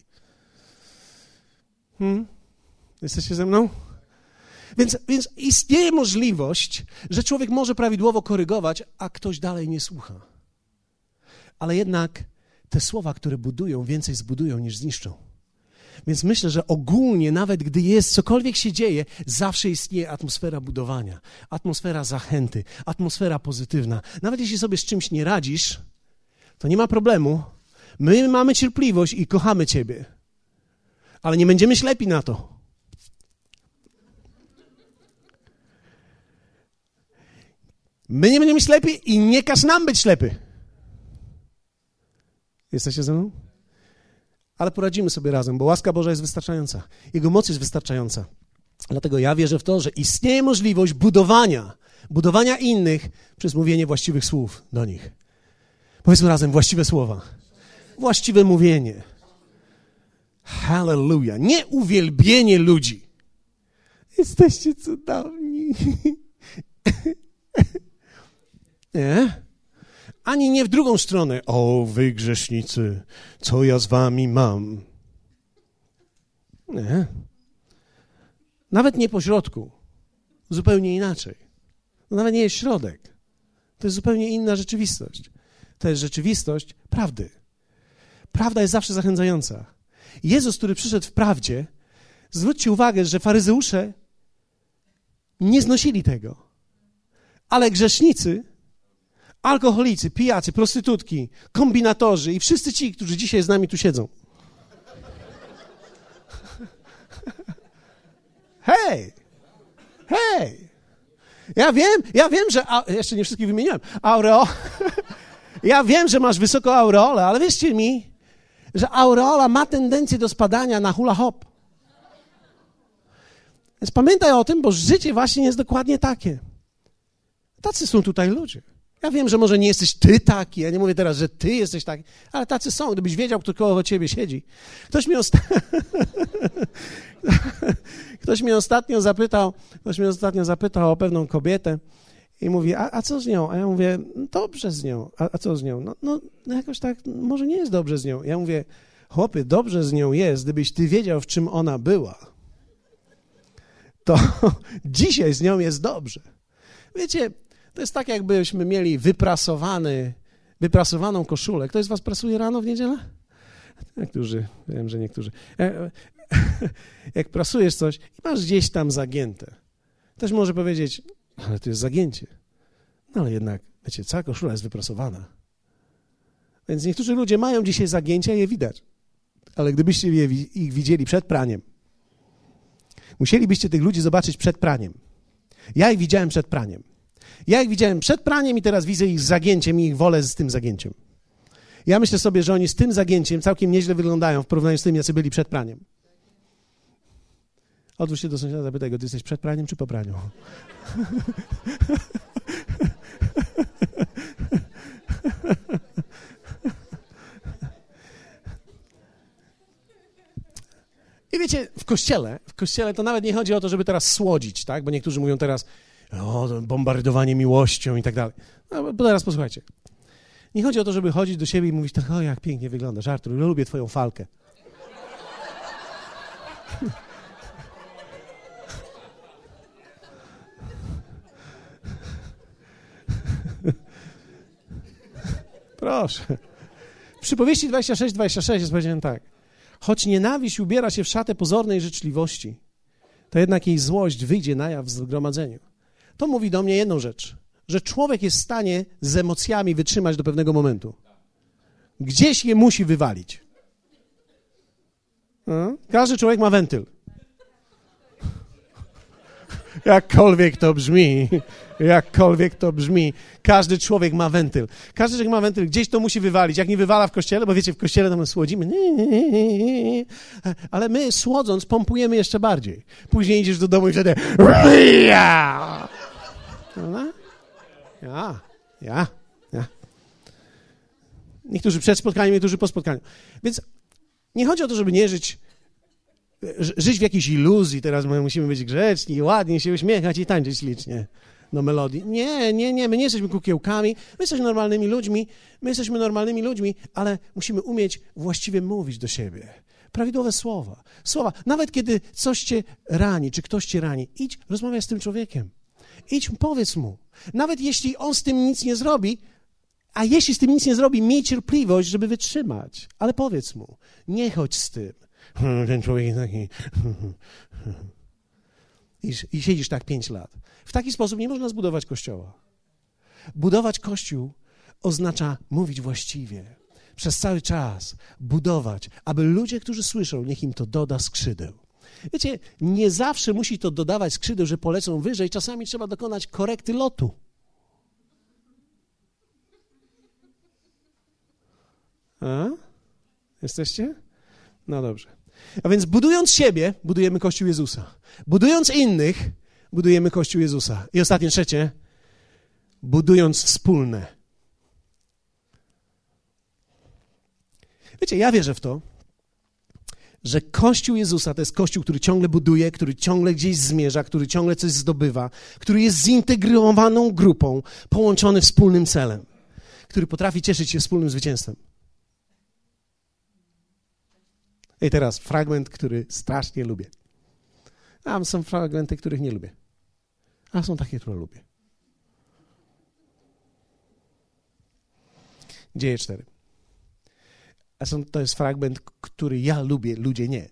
Jesteście ze mną? Więc istnieje możliwość, że człowiek może prawidłowo korygować, a ktoś dalej nie słucha. Ale jednak te słowa, które budują, więcej zbudują niż zniszczą. Więc myślę, że ogólnie, nawet gdy jest cokolwiek się dzieje, zawsze istnieje atmosfera budowania, atmosfera zachęty, atmosfera pozytywna. Nawet jeśli sobie z czymś nie radzisz, to nie ma problemu. My mamy cierpliwość i kochamy Ciebie. Ale nie będziemy ślepi na to. My nie będziemy ślepi i nie każ nam być ślepy. Jesteście ze mną? Ale poradzimy sobie razem, bo łaska Boża jest wystarczająca. Jego moc jest wystarczająca. Dlatego ja wierzę w to, że istnieje możliwość budowania innych przez mówienie właściwych słów do nich. Powiedzmy razem właściwe słowa. Właściwe mówienie. Hallelujah. Nie uwielbienie ludzi. Jesteście cudowni. Nie? Ani nie w drugą stronę. O, wy grzesznicy, co ja z wami mam? Nie. Nawet nie po środku. Zupełnie inaczej. To nawet nie jest środek. To jest zupełnie inna rzeczywistość. To jest rzeczywistość prawdy. Prawda jest zawsze zachęcająca. Jezus, który przyszedł w prawdzie, zwróćcie uwagę, że faryzeusze nie znosili tego. Ale grzesznicy, alkoholicy, pijacy, prostytutki, kombinatorzy i wszyscy ci, którzy dzisiaj z nami tu siedzą. Hej! Ja wiem, że... jeszcze nie wszystkich wymieniłem. Ja wiem, że masz wysoką aureolę, ale wierzcie mi, że aureola ma tendencję do spadania na hula hop. Więc pamiętaj o tym, bo życie właśnie jest dokładnie takie. Tacy są tutaj ludzie. Ja wiem, że może nie jesteś ty taki, ja nie mówię teraz, że ty jesteś taki, ale tacy są, gdybyś wiedział, kto koło ciebie siedzi. Ktoś mnie ostatnio zapytał o pewną kobietę i mówi, a co z nią? A ja mówię, dobrze z nią. A co z nią? No jakoś tak, może nie jest dobrze z nią. Ja mówię, chłopie, dobrze z nią jest, gdybyś ty wiedział, w czym ona była. to dzisiaj z nią jest dobrze. Wiecie, to jest tak, jakbyśmy mieli wyprasowaną koszulę. Ktoś z was prasuje rano w niedzielę? Niektórzy, wiem, że niektórzy. Jak prasujesz coś i masz gdzieś tam zagięte, ktoś może powiedzieć, ale to jest zagięcie. No ale jednak, wiecie, cała koszula jest wyprasowana. Więc niektórzy ludzie mają dzisiaj zagięcia i je widać. Ale gdybyście ich widzieli przed praniem, musielibyście tych ludzi zobaczyć przed praniem. Ja ich widziałem przed praniem. Ja ich widziałem przed praniem i teraz widzę ich z zagięciem i ich wolę z tym zagięciem. Ja myślę sobie, że oni z tym zagięciem całkiem nieźle wyglądają w porównaniu z tym, jacy byli przed praniem. Odwróć się do sąsiada, zapytaj go, ty jesteś przed praniem czy po praniu? I wiecie, w kościele to nawet nie chodzi o to, żeby teraz słodzić, tak? Bo niektórzy mówią teraz, o, bombardowanie miłością i tak dalej. No, bo teraz posłuchajcie. Nie chodzi o to, żeby chodzić do siebie i mówić tak, o, jak pięknie wyglądasz, Artur, lubię twoją falkę. Proszę. W przypowieści 26 jest powiedziane tak. Choć nienawiść ubiera się w szatę pozornej życzliwości, to jednak jej złość wyjdzie na jaw w zgromadzeniu. To mówi do mnie jedną rzecz, że człowiek jest w stanie z emocjami wytrzymać do pewnego momentu. Gdzieś je musi wywalić. Każdy człowiek ma wentyl. Jakkolwiek to brzmi, każdy człowiek ma wentyl. Każdy człowiek ma wentyl, gdzieś to musi wywalić. Jak nie wywala w kościele, bo wiecie, w kościele tam słodzimy, ale my słodząc pompujemy jeszcze bardziej. Później idziesz do domu i wtedy Ja. Niektórzy przed spotkaniem, niektórzy po spotkaniu. Więc nie chodzi o to, żeby nie żyć w jakiejś iluzji. Teraz my musimy być grzeczni, ładnie się uśmiechać i tańczyć licznie do melodii. Nie, my nie jesteśmy kukiełkami, my jesteśmy normalnymi ludźmi, ale musimy umieć właściwie mówić do siebie. Prawidłowe słowa. Nawet kiedy coś cię rani, czy ktoś cię rani, idź, rozmawiaj z tym człowiekiem. Idź, powiedz mu. Nawet jeśli on z tym nic nie zrobi, a jeśli z tym nic nie zrobi, miej cierpliwość, żeby wytrzymać. Ale powiedz mu, nie chodź z tym. Ten człowiek jest taki... I siedzisz tak 5 lat. W taki sposób nie można zbudować kościoła. Budować kościół oznacza mówić właściwie. Przez cały czas budować, aby ludzie, którzy słyszą, niech im to doda skrzydeł. Wiecie, nie zawsze musi to dodawać skrzydeł, że polecą wyżej. Czasami trzeba dokonać korekty lotu. Jesteście? No dobrze. A więc budując siebie, budujemy Kościół Jezusa. Budując innych, budujemy Kościół Jezusa. I ostatnie, trzecie, budując wspólne. Wiecie, ja wierzę w to, że Kościół Jezusa to jest Kościół, który ciągle buduje, który ciągle gdzieś zmierza, który ciągle coś zdobywa, który jest zintegrowaną grupą, połączony wspólnym celem, który potrafi cieszyć się wspólnym zwycięstwem. I teraz fragment, który strasznie lubię. A są fragmenty, których nie lubię. A są takie, które lubię. Dzieje 4. To jest fragment, który ja lubię, ludzie nie.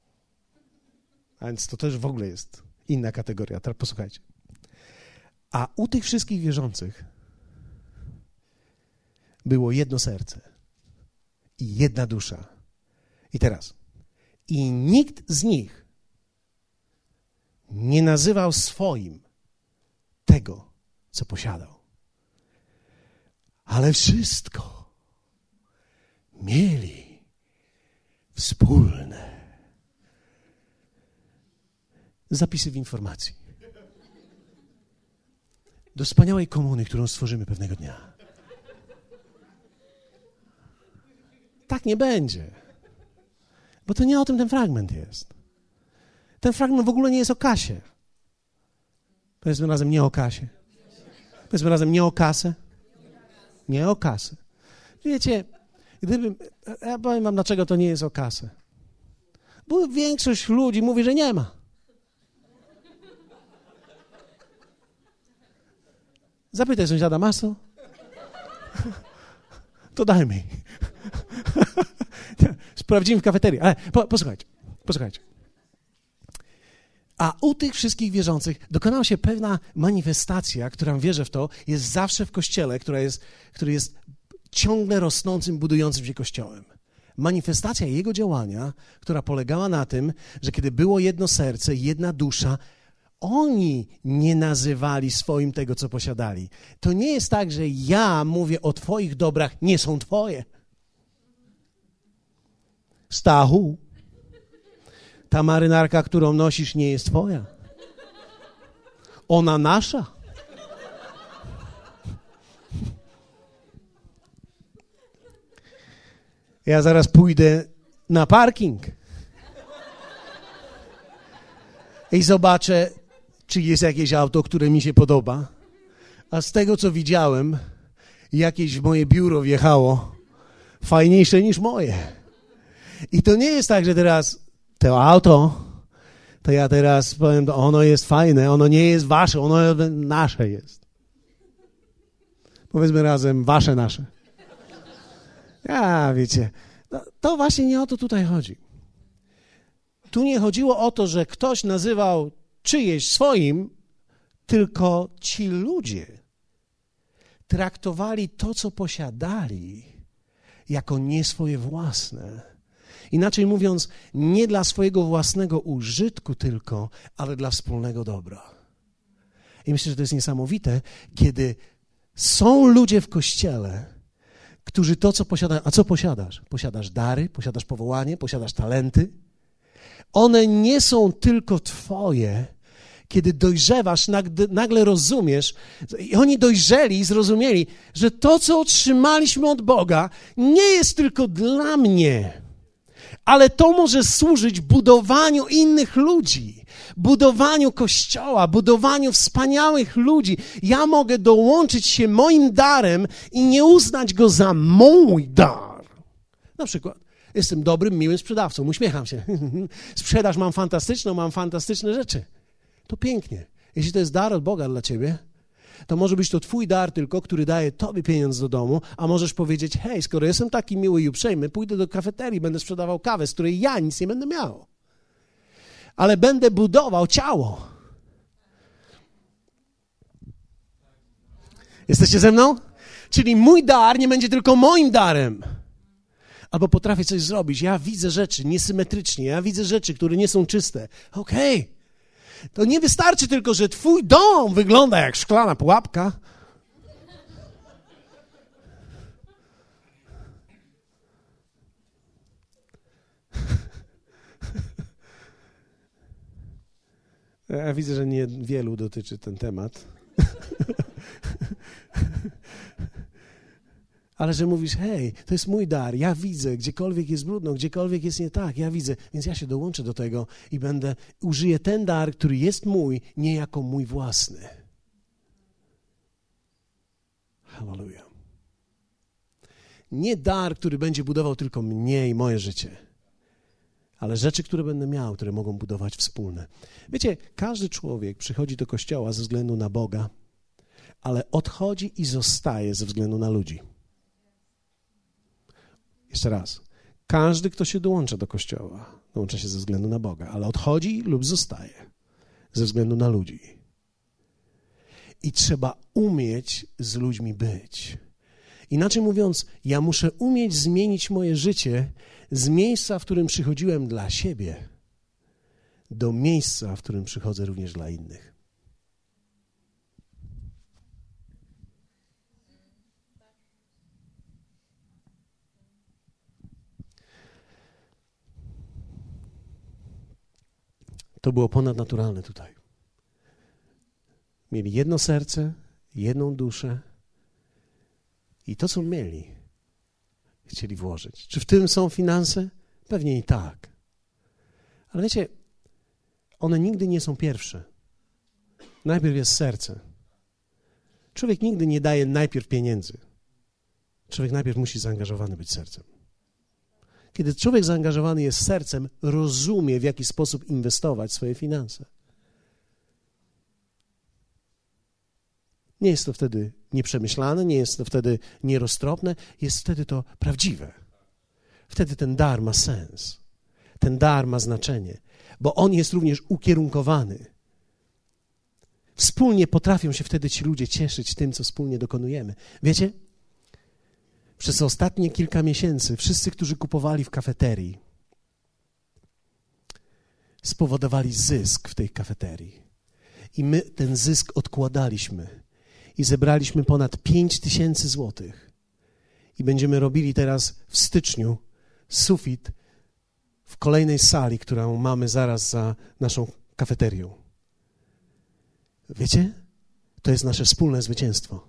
A więc to też w ogóle jest inna kategoria. Teraz posłuchajcie. A u tych wszystkich wierzących było jedno serce i jedna dusza. I teraz. I nikt z nich nie nazywał swoim tego, co posiadał. Ale wszystko mieli wspólne. Zapisy w informacji. Do wspaniałej komuny, którą stworzymy pewnego dnia. Tak nie będzie. Bo to nie o tym ten fragment jest. Ten fragment w ogóle nie jest o kasie. Powiedzmy razem nie o kasie. Powiedzmy razem nie o kasę. Nie o kasę. Wiecie, ja powiem wam, dlaczego to nie jest o kasę. Bo większość ludzi mówi, że nie ma. Zapytaj sąsiada, masz to? To daj mi. Sprawdzimy w kafeterii. Ale posłuchajcie. A u tych wszystkich wierzących dokonała się pewna manifestacja, która, wierzę w to, jest zawsze w Kościele, który jest ciągle rosnącym, budującym się Kościołem. Manifestacja jego działania, która polegała na tym, że kiedy było jedno serce, jedna dusza, oni nie nazywali swoim tego, co posiadali. To nie jest tak, że ja mówię o twoich dobrach, nie są twoje. Stachu, ta marynarka, którą nosisz, nie jest twoja. Ona nasza. Ja zaraz pójdę na parking i zobaczę, czy jest jakieś auto, które mi się podoba. A z tego, co widziałem, jakieś w moje biuro wjechało fajniejsze niż moje. I to nie jest tak, że teraz to auto, to ja teraz powiem, ono jest fajne, ono nie jest wasze, ono nasze jest. Powiedzmy razem, wasze, nasze. Wiecie, to właśnie nie o to tutaj chodzi. Tu nie chodziło o to, że ktoś nazywał czyjeś swoim, tylko ci ludzie traktowali to, co posiadali, jako nie swoje własne. Inaczej mówiąc, nie dla swojego własnego użytku tylko, ale dla wspólnego dobra. I myślę, że to jest niesamowite, kiedy są ludzie w Kościele, którzy to, co posiadają... A co posiadasz? Posiadasz dary, posiadasz powołanie, posiadasz talenty. One nie są tylko twoje. Kiedy dojrzewasz, nagle rozumiesz, i oni dojrzeli i zrozumieli, że to, co otrzymaliśmy od Boga, nie jest tylko dla mnie, ale to może służyć budowaniu innych ludzi, budowaniu Kościoła, budowaniu wspaniałych ludzi. Ja mogę dołączyć się moim darem i nie uznać go za mój dar. Na przykład jestem dobrym, miłym sprzedawcą, uśmiecham się. Sprzedaż mam fantastyczną, mam fantastyczne rzeczy. To pięknie. Jeśli to jest dar od Boga dla ciebie, to może być to twój dar tylko, który daje tobie pieniądz do domu, a możesz powiedzieć, hej, skoro jestem taki miły i uprzejmy, pójdę do kafeterii, będę sprzedawał kawę, z której ja nic nie będę miał. Ale będę budował ciało. Jesteście ze mną? Czyli mój dar nie będzie tylko moim darem. Albo potrafię coś zrobić. Ja widzę rzeczy niesymetrycznie, ja widzę rzeczy, które nie są czyste. Okej. To nie wystarczy tylko, że twój dom wygląda jak szklana pułapka. Ja widzę, że niewielu dotyczy ten temat. Ale że mówisz, hej, to jest mój dar, ja widzę, gdziekolwiek jest brudno, gdziekolwiek jest nie tak, ja widzę, więc ja się dołączę do tego i użyję ten dar, który jest mój, nie jako mój własny. Halleluja. Nie dar, który będzie budował tylko mnie i moje życie, ale rzeczy, które będę miał, które mogą budować wspólne. Wiecie, każdy człowiek przychodzi do Kościoła ze względu na Boga, ale odchodzi i zostaje ze względu na ludzi. Jeszcze raz. Każdy, kto się dołącza do Kościoła, dołącza się ze względu na Boga, ale odchodzi lub zostaje ze względu na ludzi. I trzeba umieć z ludźmi być. Inaczej mówiąc, ja muszę umieć zmienić moje życie z miejsca, w którym przychodziłem dla siebie, do miejsca, w którym przychodzę również dla innych. To było ponadnaturalne tutaj. Mieli jedno serce, jedną duszę i to, co mieli, chcieli włożyć. Czy w tym są finanse? Pewnie i tak. Ale wiecie, one nigdy nie są pierwsze. Najpierw jest serce. Człowiek nigdy nie daje najpierw pieniędzy. Człowiek najpierw musi zaangażowany być sercem. Kiedy człowiek zaangażowany jest sercem, rozumie, w jaki sposób inwestować swoje finanse. Nie jest to wtedy nieprzemyślane, nie jest to wtedy nieroztropne, jest wtedy to prawdziwe. Wtedy ten dar ma sens. Ten dar ma znaczenie, bo on jest również ukierunkowany. Wspólnie potrafią się wtedy ci ludzie cieszyć tym, co wspólnie dokonujemy. Wiecie, przez ostatnie kilka miesięcy wszyscy, którzy kupowali w kafeterii, spowodowali zysk w tej kafeterii. I my ten zysk odkładaliśmy i zebraliśmy ponad 5,000 złotych. I będziemy robili teraz w styczniu sufit w kolejnej sali, którą mamy zaraz za naszą kafeterią. Wiecie? To jest nasze wspólne zwycięstwo.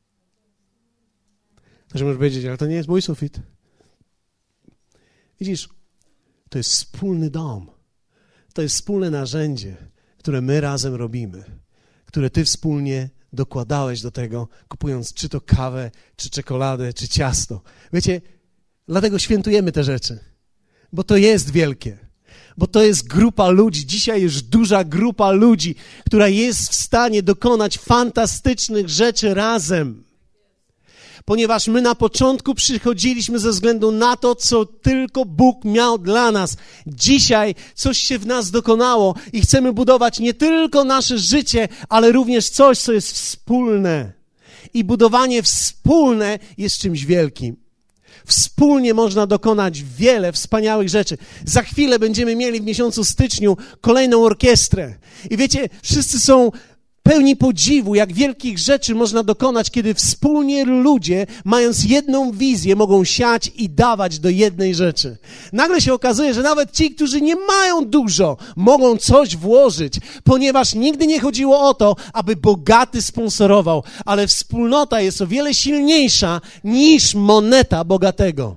Ktoś może powiedzieć, ale to nie jest mój sufit. Widzisz, to jest wspólny dom. To jest wspólne narzędzie, które my razem robimy, które ty wspólnie dokładałeś do tego, kupując czy to kawę, czy czekoladę, czy ciasto. Wiecie, dlatego świętujemy te rzeczy, bo to jest wielkie. Bo to jest grupa ludzi, dzisiaj już duża grupa ludzi, która jest w stanie dokonać fantastycznych rzeczy razem. Ponieważ my na początku przychodziliśmy ze względu na to, co tylko Bóg miał dla nas. Dzisiaj coś się w nas dokonało i chcemy budować nie tylko nasze życie, ale również coś, co jest wspólne. I budowanie wspólne jest czymś wielkim. Wspólnie można dokonać wiele wspaniałych rzeczy. Za chwilę będziemy mieli w miesiącu styczniu kolejną orkiestrę. I wiecie, wszyscy są pełni podziwu, jak wielkich rzeczy można dokonać, kiedy wspólnie ludzie, mając jedną wizję, mogą siać i dawać do jednej rzeczy. Nagle się okazuje, że nawet ci, którzy nie mają dużo, mogą coś włożyć, ponieważ nigdy nie chodziło o to, aby bogaty sponsorował, ale wspólnota jest o wiele silniejsza niż moneta bogatego.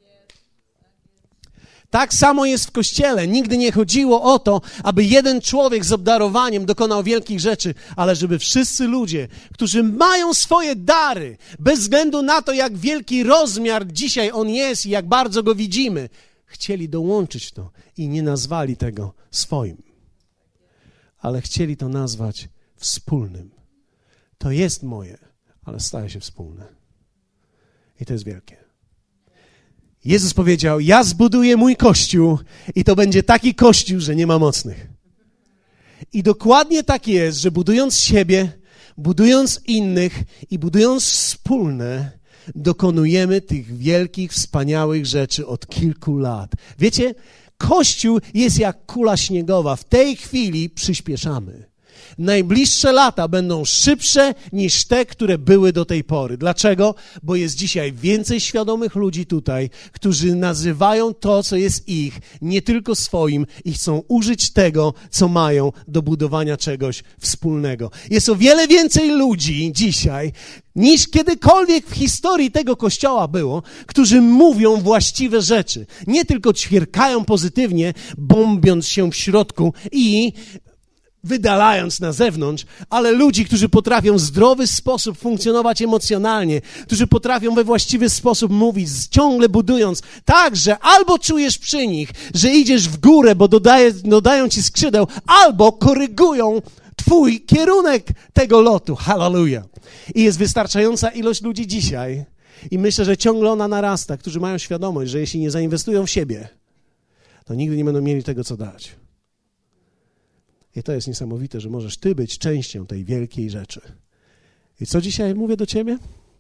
Tak samo jest w Kościele. Nigdy nie chodziło o to, aby jeden człowiek z obdarowaniem dokonał wielkich rzeczy, ale żeby wszyscy ludzie, którzy mają swoje dary, bez względu na to, jak wielki rozmiar dzisiaj on jest i jak bardzo go widzimy, chcieli dołączyć to i nie nazwali tego swoim, ale chcieli to nazwać wspólnym. To jest moje, ale staje się wspólne. I to jest wielkie. Jezus powiedział, ja zbuduję mój Kościół i to będzie taki Kościół, że nie ma mocnych. I dokładnie tak jest, że budując siebie, budując innych i budując wspólne, dokonujemy tych wielkich, wspaniałych rzeczy od kilku lat. Wiecie, Kościół jest jak kula śniegowa. W tej chwili przyspieszamy. Najbliższe lata będą szybsze niż te, które były do tej pory. Dlaczego? Bo jest dzisiaj więcej świadomych ludzi tutaj, którzy nazywają to, co jest ich, nie tylko swoim i chcą użyć tego, co mają do budowania czegoś wspólnego. Jest o wiele więcej ludzi dzisiaj, niż kiedykolwiek w historii tego Kościoła było, którzy mówią właściwe rzeczy. Nie tylko ćwierkają pozytywnie, bombiąc się w środku i wydalając na zewnątrz, ale ludzi, którzy potrafią w zdrowy sposób funkcjonować emocjonalnie, którzy potrafią we właściwy sposób mówić, ciągle budując tak, że albo czujesz przy nich, że idziesz w górę, bo dodają ci skrzydeł, albo korygują twój kierunek tego lotu. Hallelujah. I jest wystarczająca ilość ludzi dzisiaj i myślę, że ciągle ona narasta, którzy mają świadomość, że jeśli nie zainwestują w siebie, to nigdy nie będą mieli tego, co dać. I to jest niesamowite, że możesz ty być częścią tej wielkiej rzeczy. I co dzisiaj mówię do ciebie?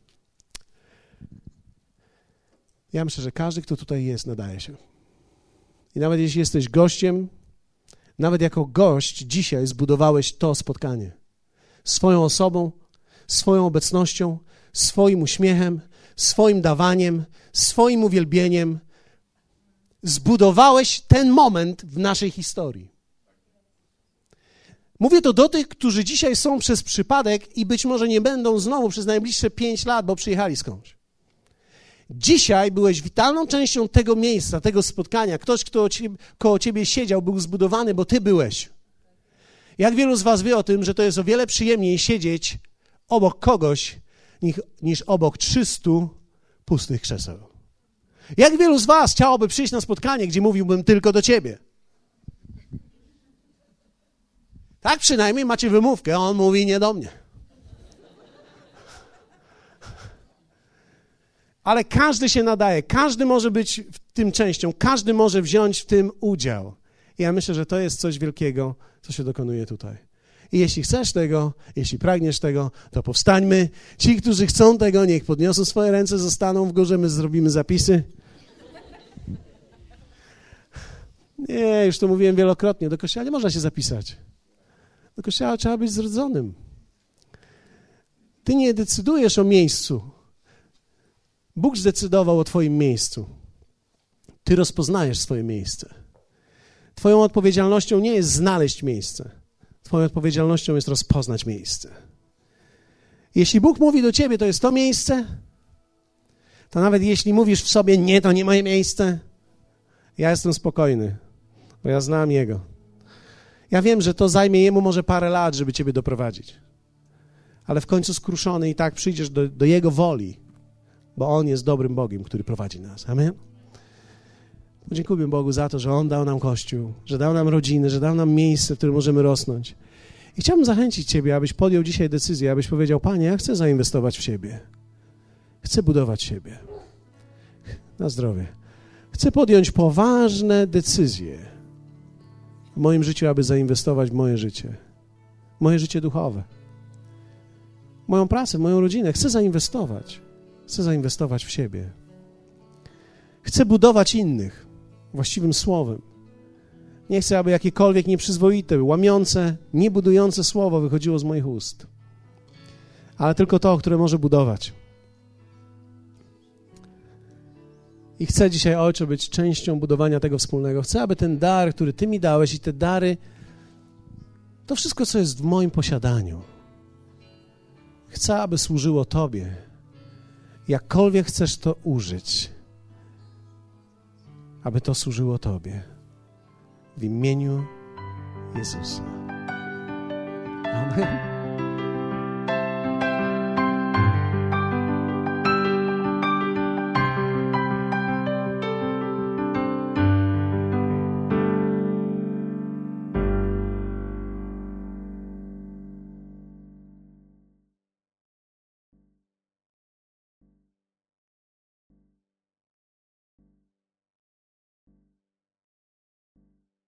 Ja myślę, że każdy, kto tutaj jest, nadaje się. I nawet jeśli jesteś gościem, nawet jako gość dzisiaj zbudowałeś to spotkanie. Swoją osobą, swoją obecnością, swoim uśmiechem, swoim dawaniem, swoim uwielbieniem. Zbudowałeś ten moment w naszej historii. Mówię to do tych, którzy dzisiaj są przez przypadek i być może nie będą znowu przez najbliższe 5 lat, bo przyjechali skądś. Dzisiaj byłeś witalną częścią tego miejsca, tego spotkania. Ktoś, kto koło ciebie siedział, był zbudowany, bo ty byłeś. Jak wielu z was wie o tym, że to jest o wiele przyjemniej siedzieć obok kogoś, niż obok 300 pustych krzeseł. Jak wielu z was chciałoby przyjść na spotkanie, gdzie mówiłbym tylko do ciebie? Tak przynajmniej macie wymówkę, a on mówi nie do mnie. ale każdy się nadaje, każdy może być w tym częścią, każdy może wziąć w tym udział. I ja myślę, że to jest coś wielkiego, co się dokonuje tutaj. I jeśli chcesz tego, jeśli pragniesz tego, to powstańmy. Ci, którzy chcą tego, niech podniosą swoje ręce, zostaną w górze, my zrobimy zapisy. Nie, już to mówiłem wielokrotnie, do kościoła nie można się zapisać. Do kościoła trzeba być zrodzonym. Ty nie decydujesz o miejscu. Bóg zdecydował o twoim miejscu. Ty rozpoznajesz swoje miejsce. Twoją odpowiedzialnością nie jest znaleźć miejsce. Twoją odpowiedzialnością jest rozpoznać miejsce. Jeśli Bóg mówi do ciebie, to jest to miejsce, to nawet jeśli mówisz w sobie, nie, to nie moje miejsce, ja jestem spokojny, bo ja znam Jego. Ja wiem, że to zajmie Jemu może parę lat, żeby ciebie doprowadzić. Ale w końcu skruszony i tak przyjdziesz do Jego woli, bo On jest dobrym Bogiem, który prowadzi nas. Amen? Podziękujmy Bogu za to, że On dał nam Kościół, że dał nam rodzinę, że dał nam miejsce, w którym możemy rosnąć. I chciałbym zachęcić ciebie, abyś podjął dzisiaj decyzję, abyś powiedział, Panie, ja chcę zainwestować w siebie. Chcę budować siebie. Na zdrowie. Chcę podjąć poważne decyzje w moim życiu, aby zainwestować w moje życie duchowe, moją pracę, w moją rodzinę. Chcę zainwestować w siebie. Chcę budować innych właściwym słowem. Nie chcę, aby jakiekolwiek nieprzyzwoite, łamiące, niebudujące słowo wychodziło z moich ust, ale tylko to, które może budować. I chcę dzisiaj, Ojcze, być częścią budowania tego wspólnego. Chcę, aby ten dar, który Ty mi dałeś i te dary, to wszystko, co jest w moim posiadaniu, chcę, aby służyło Tobie. Jakkolwiek chcesz to użyć, aby to służyło Tobie. W imieniu Jezusa. Amen.